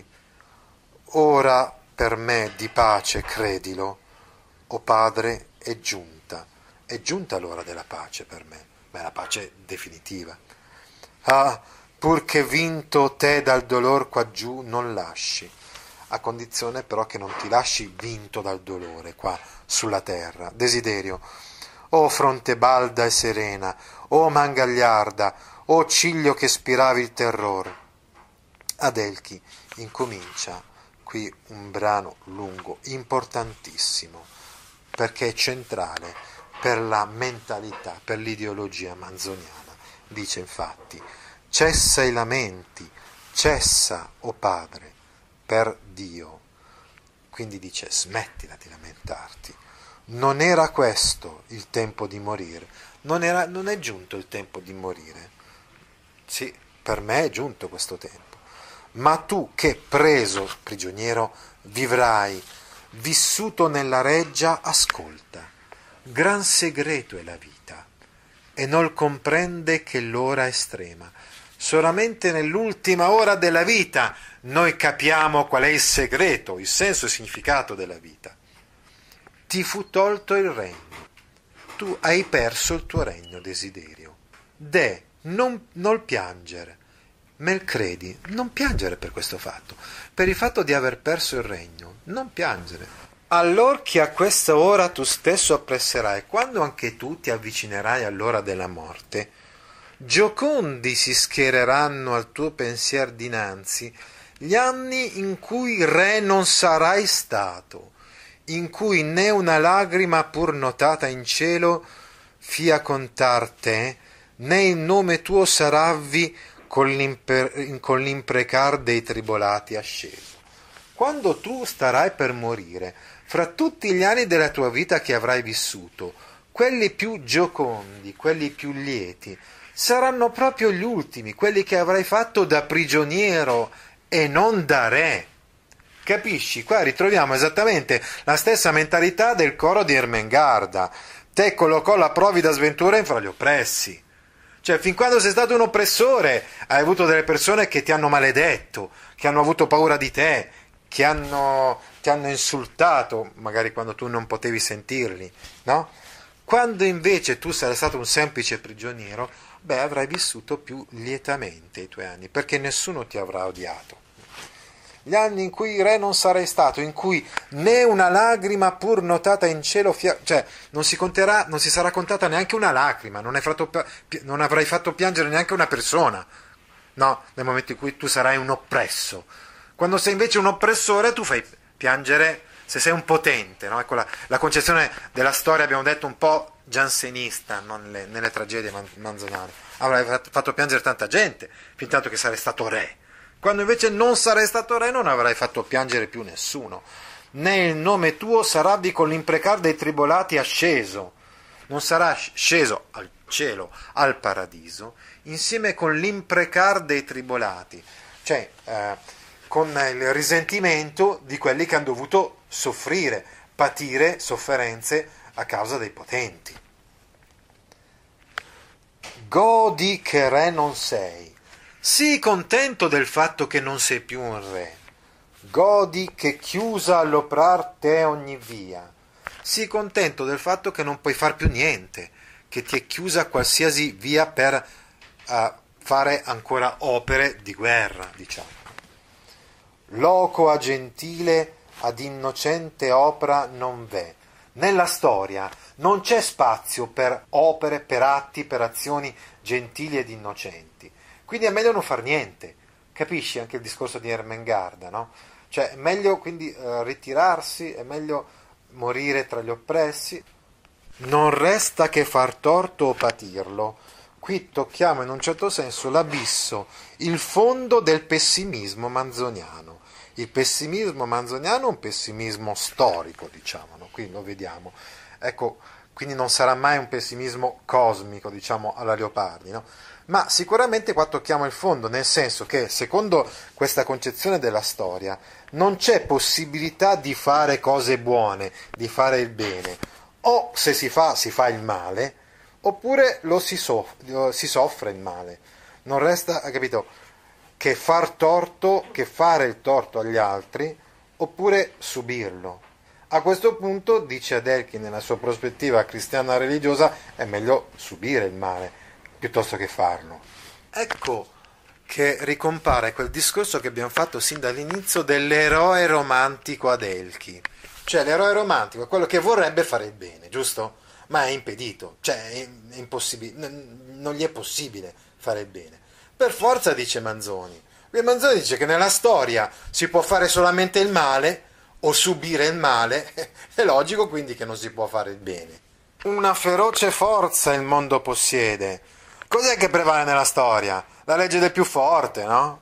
S3: «Ora per me di pace, credilo, o padre, è giunta l'ora della pace per me, ma è la pace definitiva. Ah, pur che vinto te dal dolor quaggiù non lasci, a condizione però che non ti lasci vinto dal dolore qua sulla terra». Desiderio: «O fronte balda e serena, o man gagliarda, o ciglio che spiravi il terror». Adelchi incomincia qui un brano lungo, importantissimo, perché è centrale per la mentalità, per l'ideologia manzoniana. Dice infatti: «Cessa i lamenti, cessa, o padre, per Dio». Quindi dice: smettila di lamentarti. Non era questo il tempo di morire, non è giunto il tempo di morire. Sì, per me è giunto questo tempo. Ma tu che preso prigioniero vivrai, vissuto nella reggia, ascolta. Gran segreto è la vita, e non comprende che l'ora estrema. Solamente nell'ultima ora della vita noi capiamo qual è il segreto, il senso e il significato della vita. Ti fu tolto il regno, tu hai perso il tuo regno, Desiderio. Non piangere. Me credi? Non piangere per questo fatto, per il fatto di aver perso il regno, non piangere. Allor che a questa ora tu stesso appresserai, quando anche tu ti avvicinerai all'ora della morte, giocondi si schiereranno al tuo pensier dinanzi gli anni in cui re non sarai stato, in cui né una lagrima pur notata in cielo fia contar te, né il nome tuo saravvi con l'imprecar dei tribolati asceso. Quando tu starai per morire, fra tutti gli anni della tua vita che avrai vissuto, quelli più giocondi, quelli più lieti, saranno proprio gli ultimi, quelli che avrai fatto da prigioniero e non da re. Capisci? Qua ritroviamo esattamente la stessa mentalità del coro di Ermengarda. Te collocò la provvida sventura fra gli oppressi. Cioè, fin quando sei stato un oppressore, hai avuto delle persone che ti hanno maledetto, che hanno avuto paura di te, che ti hanno insultato, magari quando tu non potevi sentirli, no? Quando invece tu sarai stato un semplice prigioniero, avrai vissuto più lietamente i tuoi anni, perché nessuno ti avrà odiato. Gli anni in cui re non sarai stato, in cui né una lagrima pur notata in cielo, cioè non si sarà contata neanche una lacrima, non avrai fatto piangere neanche una persona, no? Nel momento in cui tu sarai un oppresso. Quando sei invece un oppressore, tu fai piangere se sei un potente, no? Ecco la concezione della storia, abbiamo detto, un po' giansenista, no? nelle tragedie manzoniane. Avrai fatto piangere tanta gente, fin tanto che sarai stato re. Quando invece non sarai stato re, non avrai fatto piangere più nessuno. Né il nome tuo saravvi con l'imprecar dei tribolati asceso. Non sarà sceso al cielo, al paradiso, insieme con l'imprecar dei tribolati. Cioè, con il risentimento di quelli che hanno dovuto soffrire, patire sofferenze a causa dei potenti. Godi che re non sei. Sii contento del fatto che non sei più un re. Godi che chiusa all'oprar te ogni via. Sii contento del fatto che non puoi far più niente, che ti è chiusa qualsiasi via per fare ancora opere di guerra, diciamo. Loco a gentile ad innocente opera non v'è. Nella storia non c'è spazio per opere, per atti, per azioni gentili ed innocenti. Quindi è meglio non far niente. Capisci anche il discorso di Ermengarda, no? Cioè è meglio quindi ritirarsi, è meglio morire tra gli oppressi. Non resta che far torto o patirlo. Qui tocchiamo in un certo senso l'abisso, il fondo del pessimismo manzoniano. Il pessimismo manzoniano è un pessimismo storico, diciamo, no? Qui lo vediamo. Ecco, quindi non sarà mai un pessimismo cosmico, diciamo, alla Leopardi, no? Ma sicuramente qua tocchiamo il fondo, nel senso che, secondo questa concezione della storia, non c'è possibilità di fare cose buone, di fare il bene. O se si fa il male, oppure si soffre il male. Non resta, capito, che far torto, che fare il torto agli altri, oppure subirlo. A questo punto, dice Adelchi nella sua prospettiva cristiana religiosa, è meglio subire il male piuttosto che farlo. Ecco che ricompare quel discorso che abbiamo fatto sin dall'inizio dell'eroe romantico Adelchi. Cioè l'eroe romantico è quello che vorrebbe fare il bene, giusto? Ma è impedito, cioè è impossibile, non gli è possibile fare il bene. Per forza, dice Manzoni. E Manzoni dice che nella storia si può fare solamente il male o subire il male, è logico quindi che non si può fare il bene. Una feroce forza il mondo possiede. Cos'è che prevale nella storia? La legge del più forte, no?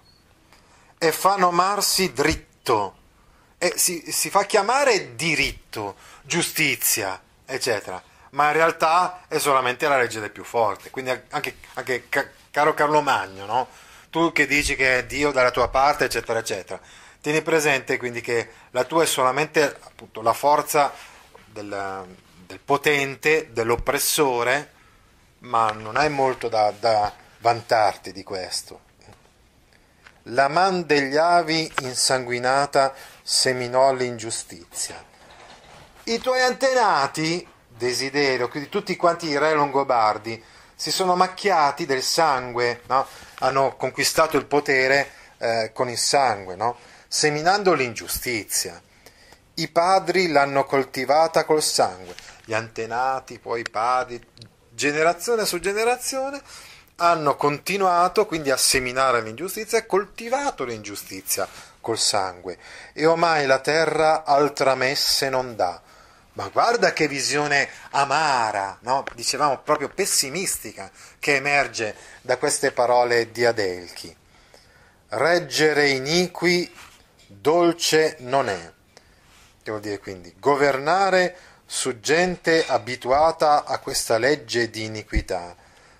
S3: E fa nomarsi dritto. E si fa chiamare diritto, giustizia, eccetera. Ma in realtà è solamente la legge del più forte. Quindi anche caro Carlo Magno, no? Tu che dici che è Dio dalla tua parte, eccetera, eccetera. Tieni presente quindi che la tua è solamente appunto la forza del potente, dell'oppressore, ma non hai molto da vantarti di questo. La man degli avi insanguinata seminò l'ingiustizia. I tuoi antenati, Desiderio, quindi tutti quanti i re longobardi, si sono macchiati del sangue, no? Hanno conquistato il potere con il sangue, no? Seminando l'ingiustizia. I padri l'hanno coltivata col sangue. Gli antenati, poi i padri, generazione su generazione, hanno continuato quindi a seminare l'ingiustizia e coltivato l'ingiustizia col sangue. E ormai la terra altra messe non dà. Ma guarda che visione amara, no? Dicevamo proprio pessimistica, che emerge da queste parole di Adelchi. Reggere iniqui dolce non è. Che vuol dire quindi? Governare su gente abituata a questa legge di iniquità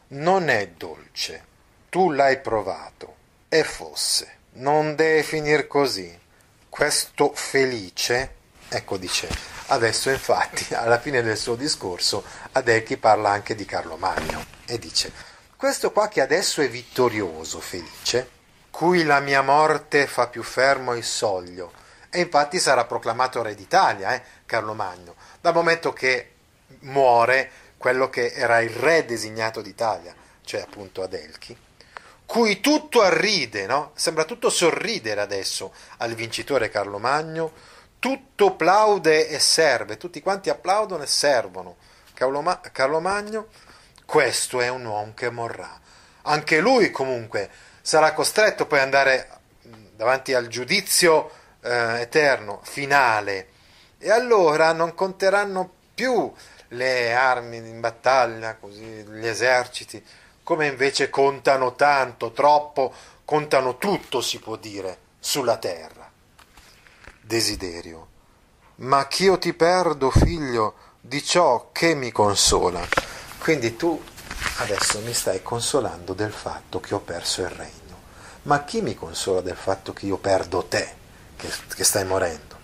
S3: non è dolce, tu l'hai provato, e fosse, non deve finire così. Questo felice, ecco dice, adesso infatti alla fine del suo discorso Adelchi parla anche di Carlo Magno e dice, questo qua che adesso è vittorioso, felice, cui la mia morte fa più fermo il soglio, e infatti sarà proclamato re d'Italia, Carlo Magno, dal momento che muore quello che era il re designato d'Italia, cioè appunto Adelchi, cui tutto arride, no? Sembra tutto sorridere adesso al vincitore Carlo Magno, tutto plaude e serve, tutti quanti applaudono e servono Carlo Magno. Questo è un uomo che morrà. Anche lui comunque sarà costretto poi ad andare davanti al giudizio eterno, finale, e allora non conteranno più le armi in battaglia, così, gli eserciti, come invece contano tanto, troppo, contano tutto, si può dire, sulla terra. Desiderio. Ma ch'io ti perdo, figlio, di ciò che mi consola. Quindi tu adesso mi stai consolando del fatto che ho perso il regno. Ma chi mi consola del fatto che io perdo te, che stai morendo?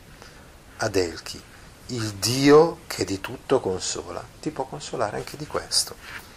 S3: Adelchi, il Dio che di tutto consola, ti può consolare anche di questo.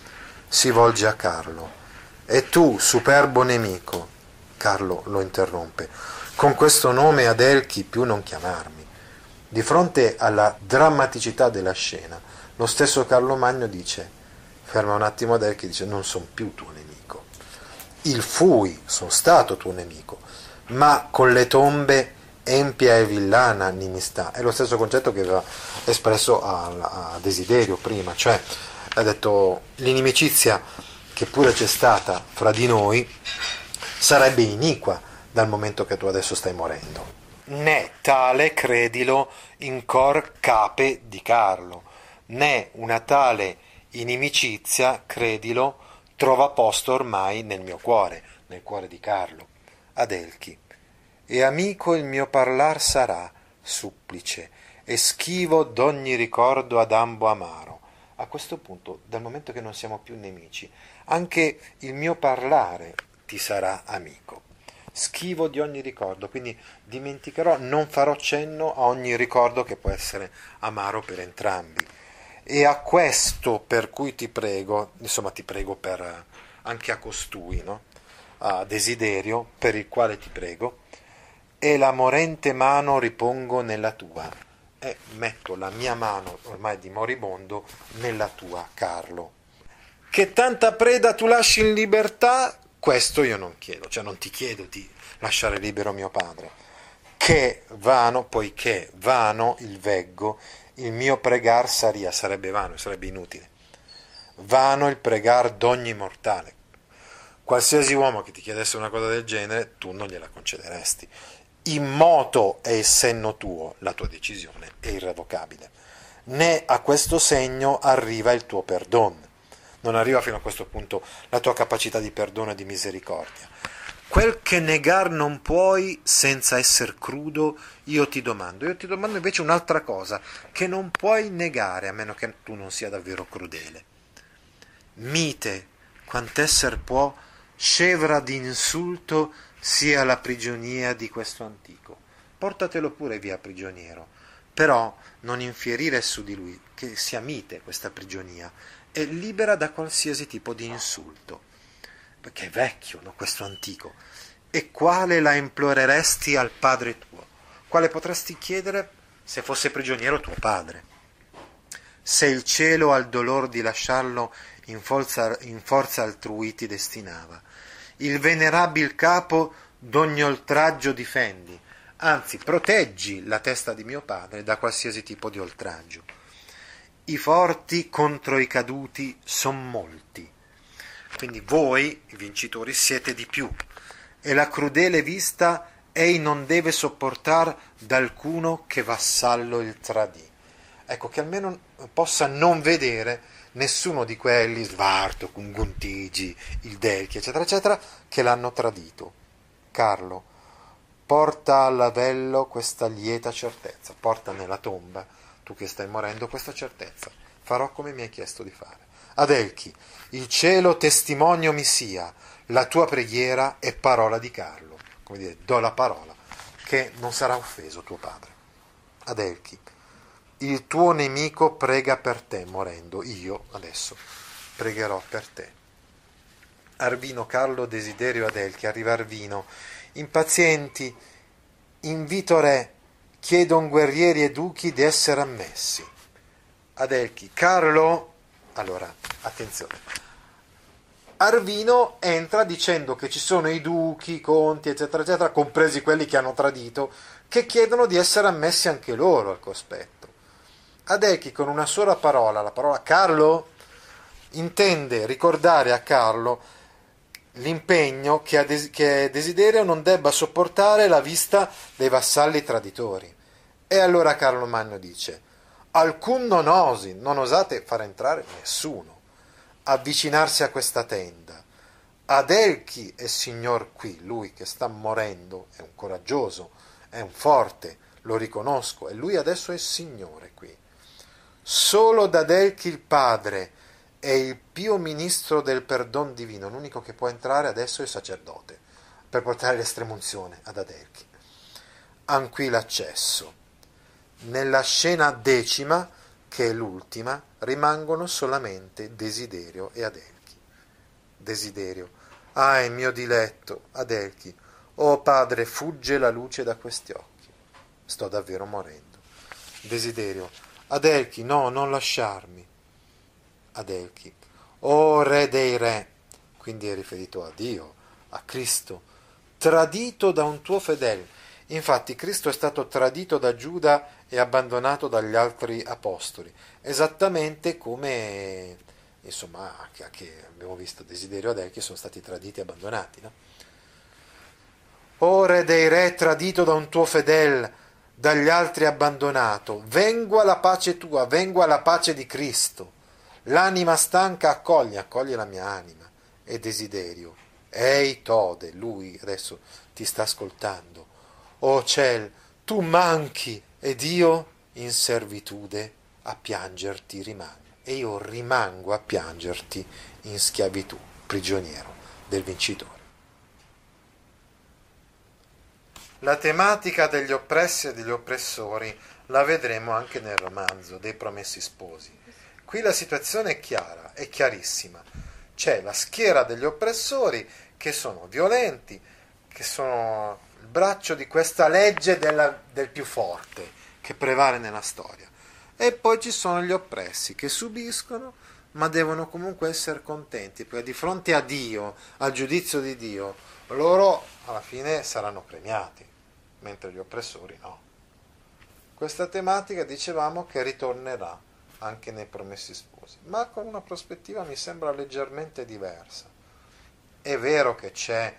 S3: Si volge a Carlo. E tu, superbo nemico, Carlo lo interrompe, con questo nome Adelchi più non chiamarmi. Di fronte alla drammaticità della scena, lo stesso Carlo Magno dice, ferma un attimo Adelchi, dice, non son più tuo nemico. Il fui, son stato tuo nemico, ma con le tombe empia e villana nimistà. È lo stesso concetto che aveva espresso a Desiderio prima, cioè ha detto l'inimicizia che pure c'è stata fra di noi sarebbe iniqua dal momento che tu adesso stai morendo. Né tale, credilo, in cor cape di Carlo, né una tale inimicizia, credilo, trova posto ormai nel mio cuore, nel cuore di Carlo. Adelchi. E amico il mio parlar sarà, supplice, e schivo d'ogni ricordo ad ambo amaro. A questo punto, dal momento che non siamo più nemici, anche il mio parlare ti sarà amico. Schivo di ogni ricordo, quindi dimenticherò, non farò cenno a ogni ricordo che può essere amaro per entrambi. E a questo per cui ti prego, insomma ti prego per anche a costui, no? A Desiderio, per il quale ti prego, e la morente mano ripongo nella tua, e metto la mia mano ormai di moribondo nella tua, Carlo. Che tanta preda tu lasci in libertà, questo io non chiedo, cioè non ti chiedo di lasciare libero mio padre, che vano, poiché vano il veggo, il mio pregar sarebbe vano, sarebbe inutile, vano il pregar d'ogni mortale. Qualsiasi uomo che ti chiedesse una cosa del genere, tu non gliela concederesti. Immoto è il senno tuo, la tua decisione è irrevocabile. Né a questo segno arriva il tuo perdono. Non arriva fino a questo punto la tua capacità di perdono e di misericordia. Quel che negar non puoi senza esser crudo, io ti domando. Io ti domando invece un'altra cosa, che non puoi negare a meno che tu non sia davvero crudele. Mite, quant'esser può, scevra di insulto sia la prigionia di questo antico. Portatelo pure via prigioniero, però non infierire su di lui, che sia mite questa prigionia, e libera da qualsiasi tipo di insulto, perché è vecchio, no, questo antico. E quale la imploreresti al padre tuo? Quale potresti chiedere se fosse prigioniero tuo padre? Se il cielo al dolor di lasciarlo in forza altrui ti destinava, il venerabil capo d'ogni oltraggio difendi, anzi proteggi la testa di mio padre da qualsiasi tipo di oltraggio. I forti contro i caduti son molti, quindi voi, i vincitori, siete di più, e la crudele vista ei non deve sopportar d'alcuno che vassallo il tradì. Ecco, che almeno possa non vedere nessuno di quelli, Svarto, Gunguntigi, il Delchi, eccetera, eccetera, che l'hanno tradito. Carlo, porta all'avello questa lieta certezza, porta nella tomba, tu che stai morendo, questa certezza. Farò come mi hai chiesto di fare. Adelchi, il cielo testimonio mi sia, la tua preghiera è parola di Carlo. Come dire, do la parola, che non sarà offeso tuo padre. Adelchi, il tuo nemico prega per te morendo, io adesso pregherò per te. Arvino, Carlo, Desiderio, Adelchi, arriva Arvino, impazienti, invito re, chiedon guerrieri e duchi di essere ammessi. Adelchi, Carlo, allora, attenzione, Arvino entra dicendo che ci sono i duchi, i conti, eccetera, eccetera, compresi quelli che hanno tradito, che chiedono di essere ammessi anche loro al cospetto. Adelchi, con una sola parola, la parola Carlo, intende ricordare a Carlo l'impegno che Desiderio non debba sopportare la vista dei vassalli traditori. E allora Carlo Magno dice: alcun non osi, non osate far entrare nessuno, avvicinarsi a questa tenda. Adelchi è signor qui, lui che sta morendo, è un coraggioso, è un forte, lo riconosco, e lui adesso è signore qui. Solo d'Adelchi il padre è il pio ministro del perdon divino, l'unico che può entrare adesso è il sacerdote, per portare l'estremunzione ad Adelchi. Han qui l'accesso. Nella scena 10, che è l'ultima, rimangono solamente Desiderio e Adelchi. Desiderio: ah, è mio diletto. Adelchi: oh padre, fugge la luce da questi occhi, sto davvero morendo. Desiderio: Adelchi, no, non lasciarmi. Adelchi: oh re dei re, quindi è riferito a Dio, a Cristo, tradito da un tuo fedele. Infatti Cristo è stato tradito da Giuda e abbandonato dagli altri apostoli, esattamente come, insomma, che abbiamo visto Desiderio e Adelchi sono stati traditi e abbandonati, no? O re dei re, tradito da un tuo fedel, dagli altri abbandonato, vengo alla pace tua, vengo alla pace di Cristo. L'anima stanca accoglie la mia anima. E Desiderio: ehi Tode, lui adesso ti sta ascoltando. O ciel, tu manchi, ed io in servitude a piangerti rimango. E io rimango a piangerti in schiavitù, prigioniero del vincitore. La tematica degli oppressi e degli oppressori la vedremo anche nel romanzo dei Promessi Sposi. Qui la situazione è chiara, è chiarissima. C'è la schiera degli oppressori che sono violenti, che sono il braccio di questa legge del più forte che prevale nella storia. E poi ci sono gli oppressi che subiscono, ma devono comunque essere contenti, perché di fronte a Dio, al giudizio di Dio, loro alla fine saranno premiati, mentre gli oppressori no. Questa tematica dicevamo che ritornerà anche nei Promessi Sposi, ma con una prospettiva mi sembra leggermente diversa. È vero che c'è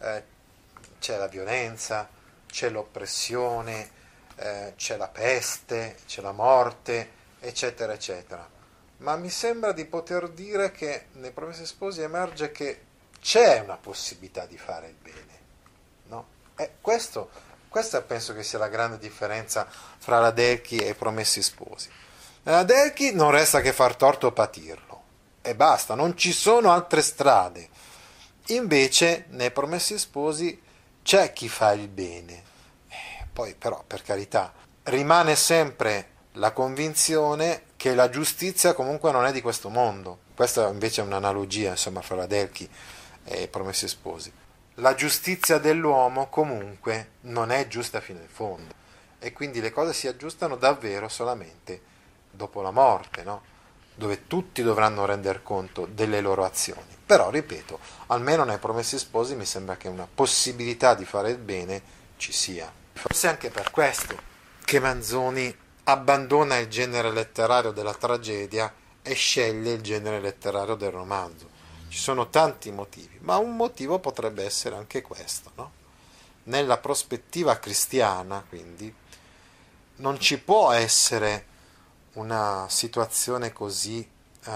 S3: la violenza, c'è l'oppressione, c'è la peste, c'è la morte, eccetera, eccetera, ma mi sembra di poter dire che nei Promessi Sposi emerge che c'è una possibilità di fare il bene, no? Questa penso che sia la grande differenza fra l'Adelchi e i Promessi Sposi. Nell'Adelchi non resta che far torto o patirlo, e basta, non ci sono altre strade. Invece nei Promessi Sposi c'è chi fa il bene. Poi però, per carità, rimane sempre la convinzione che la giustizia comunque non è di questo mondo. Questa invece è un'analogia, insomma, fra l'Adelchi e i Promessi Sposi. La giustizia dell'uomo comunque non è giusta fino in fondo, e quindi le cose si aggiustano davvero solamente dopo la morte, no? Dove tutti dovranno render conto delle loro azioni. Però, ripeto, almeno nei Promessi Sposi mi sembra che una possibilità di fare il bene ci sia. Forse anche per questo che Manzoni abbandona il genere letterario della tragedia e sceglie il genere letterario del romanzo. Ci sono tanti motivi, ma un motivo potrebbe essere anche questo, no? Nella prospettiva cristiana, quindi, non ci può essere una situazione così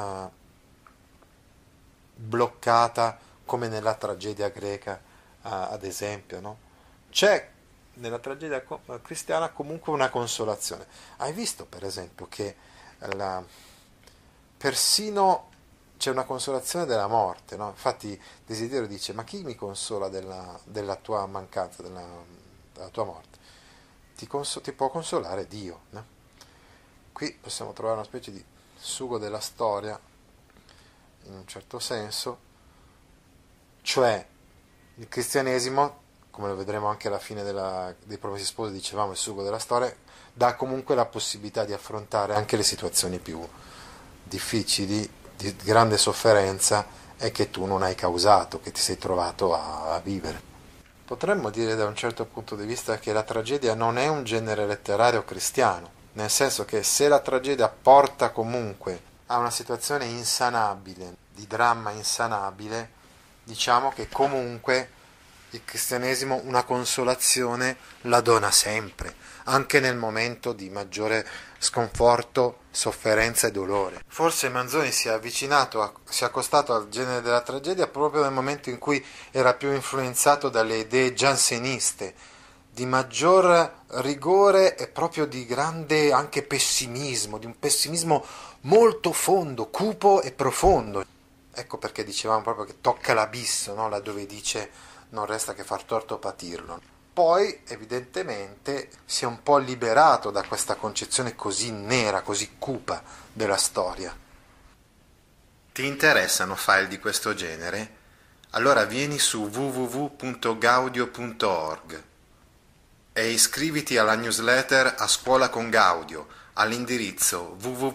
S3: bloccata come nella tragedia greca, ad esempio, no? C'è nella tragedia cristiana comunque una consolazione. Hai visto, per esempio, che persino c'è una consolazione della morte, no? Infatti Desiderio dice: ma chi mi consola della tua mancanza, della tua morte? Ti può consolare Dio, no? Qui possiamo trovare una specie di sugo della storia, in un certo senso, cioè il cristianesimo, come lo vedremo anche alla fine dei Promessi Sposi, dicevamo, il sugo della storia, dà comunque la possibilità di affrontare anche le situazioni più difficili, di grande sofferenza, e che tu non hai causato, che ti sei trovato a vivere. Potremmo dire da un certo punto di vista che la tragedia non è un genere letterario cristiano, nel senso che se la tragedia porta comunque a una situazione insanabile, di dramma insanabile, diciamo che comunque il cristianesimo una consolazione la dona sempre, anche nel momento di maggiore sconforto, sofferenza e dolore. Forse Manzoni si è accostato al genere della tragedia proprio nel momento in cui era più influenzato dalle idee gianseniste, di maggior rigore e proprio di grande anche pessimismo, di un pessimismo molto fondo, cupo e profondo. Ecco perché dicevamo proprio che tocca l'abisso, no? Laddove dice: non resta che far torto patirlo. Poi evidentemente si è un po' liberato da questa concezione così nera, così cupa della storia. Ti interessano file di questo genere? Allora vieni su www.gaudio.org e iscriviti alla newsletter A Scuola con Gaudio all'indirizzo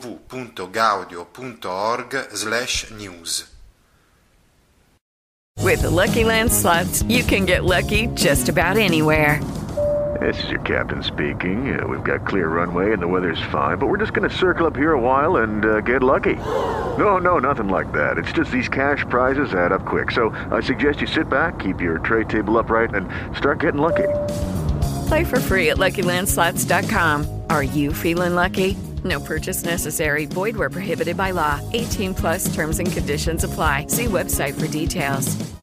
S3: www.gaudio.org/news.
S1: With the Lucky Land Slots, you can get lucky just about anywhere.
S2: This is your captain speaking. We've got clear runway and the weather's fine, but we're just going to circle up here a while and get lucky. No, nothing like that. It's just these cash prizes add up quick. So I suggest you sit back, keep your tray table upright, and start getting lucky.
S1: Play for free at LuckyLandSlots.com. Are you feeling lucky? No purchase necessary. Void where prohibited by law. 18+ terms and conditions apply. See website for details.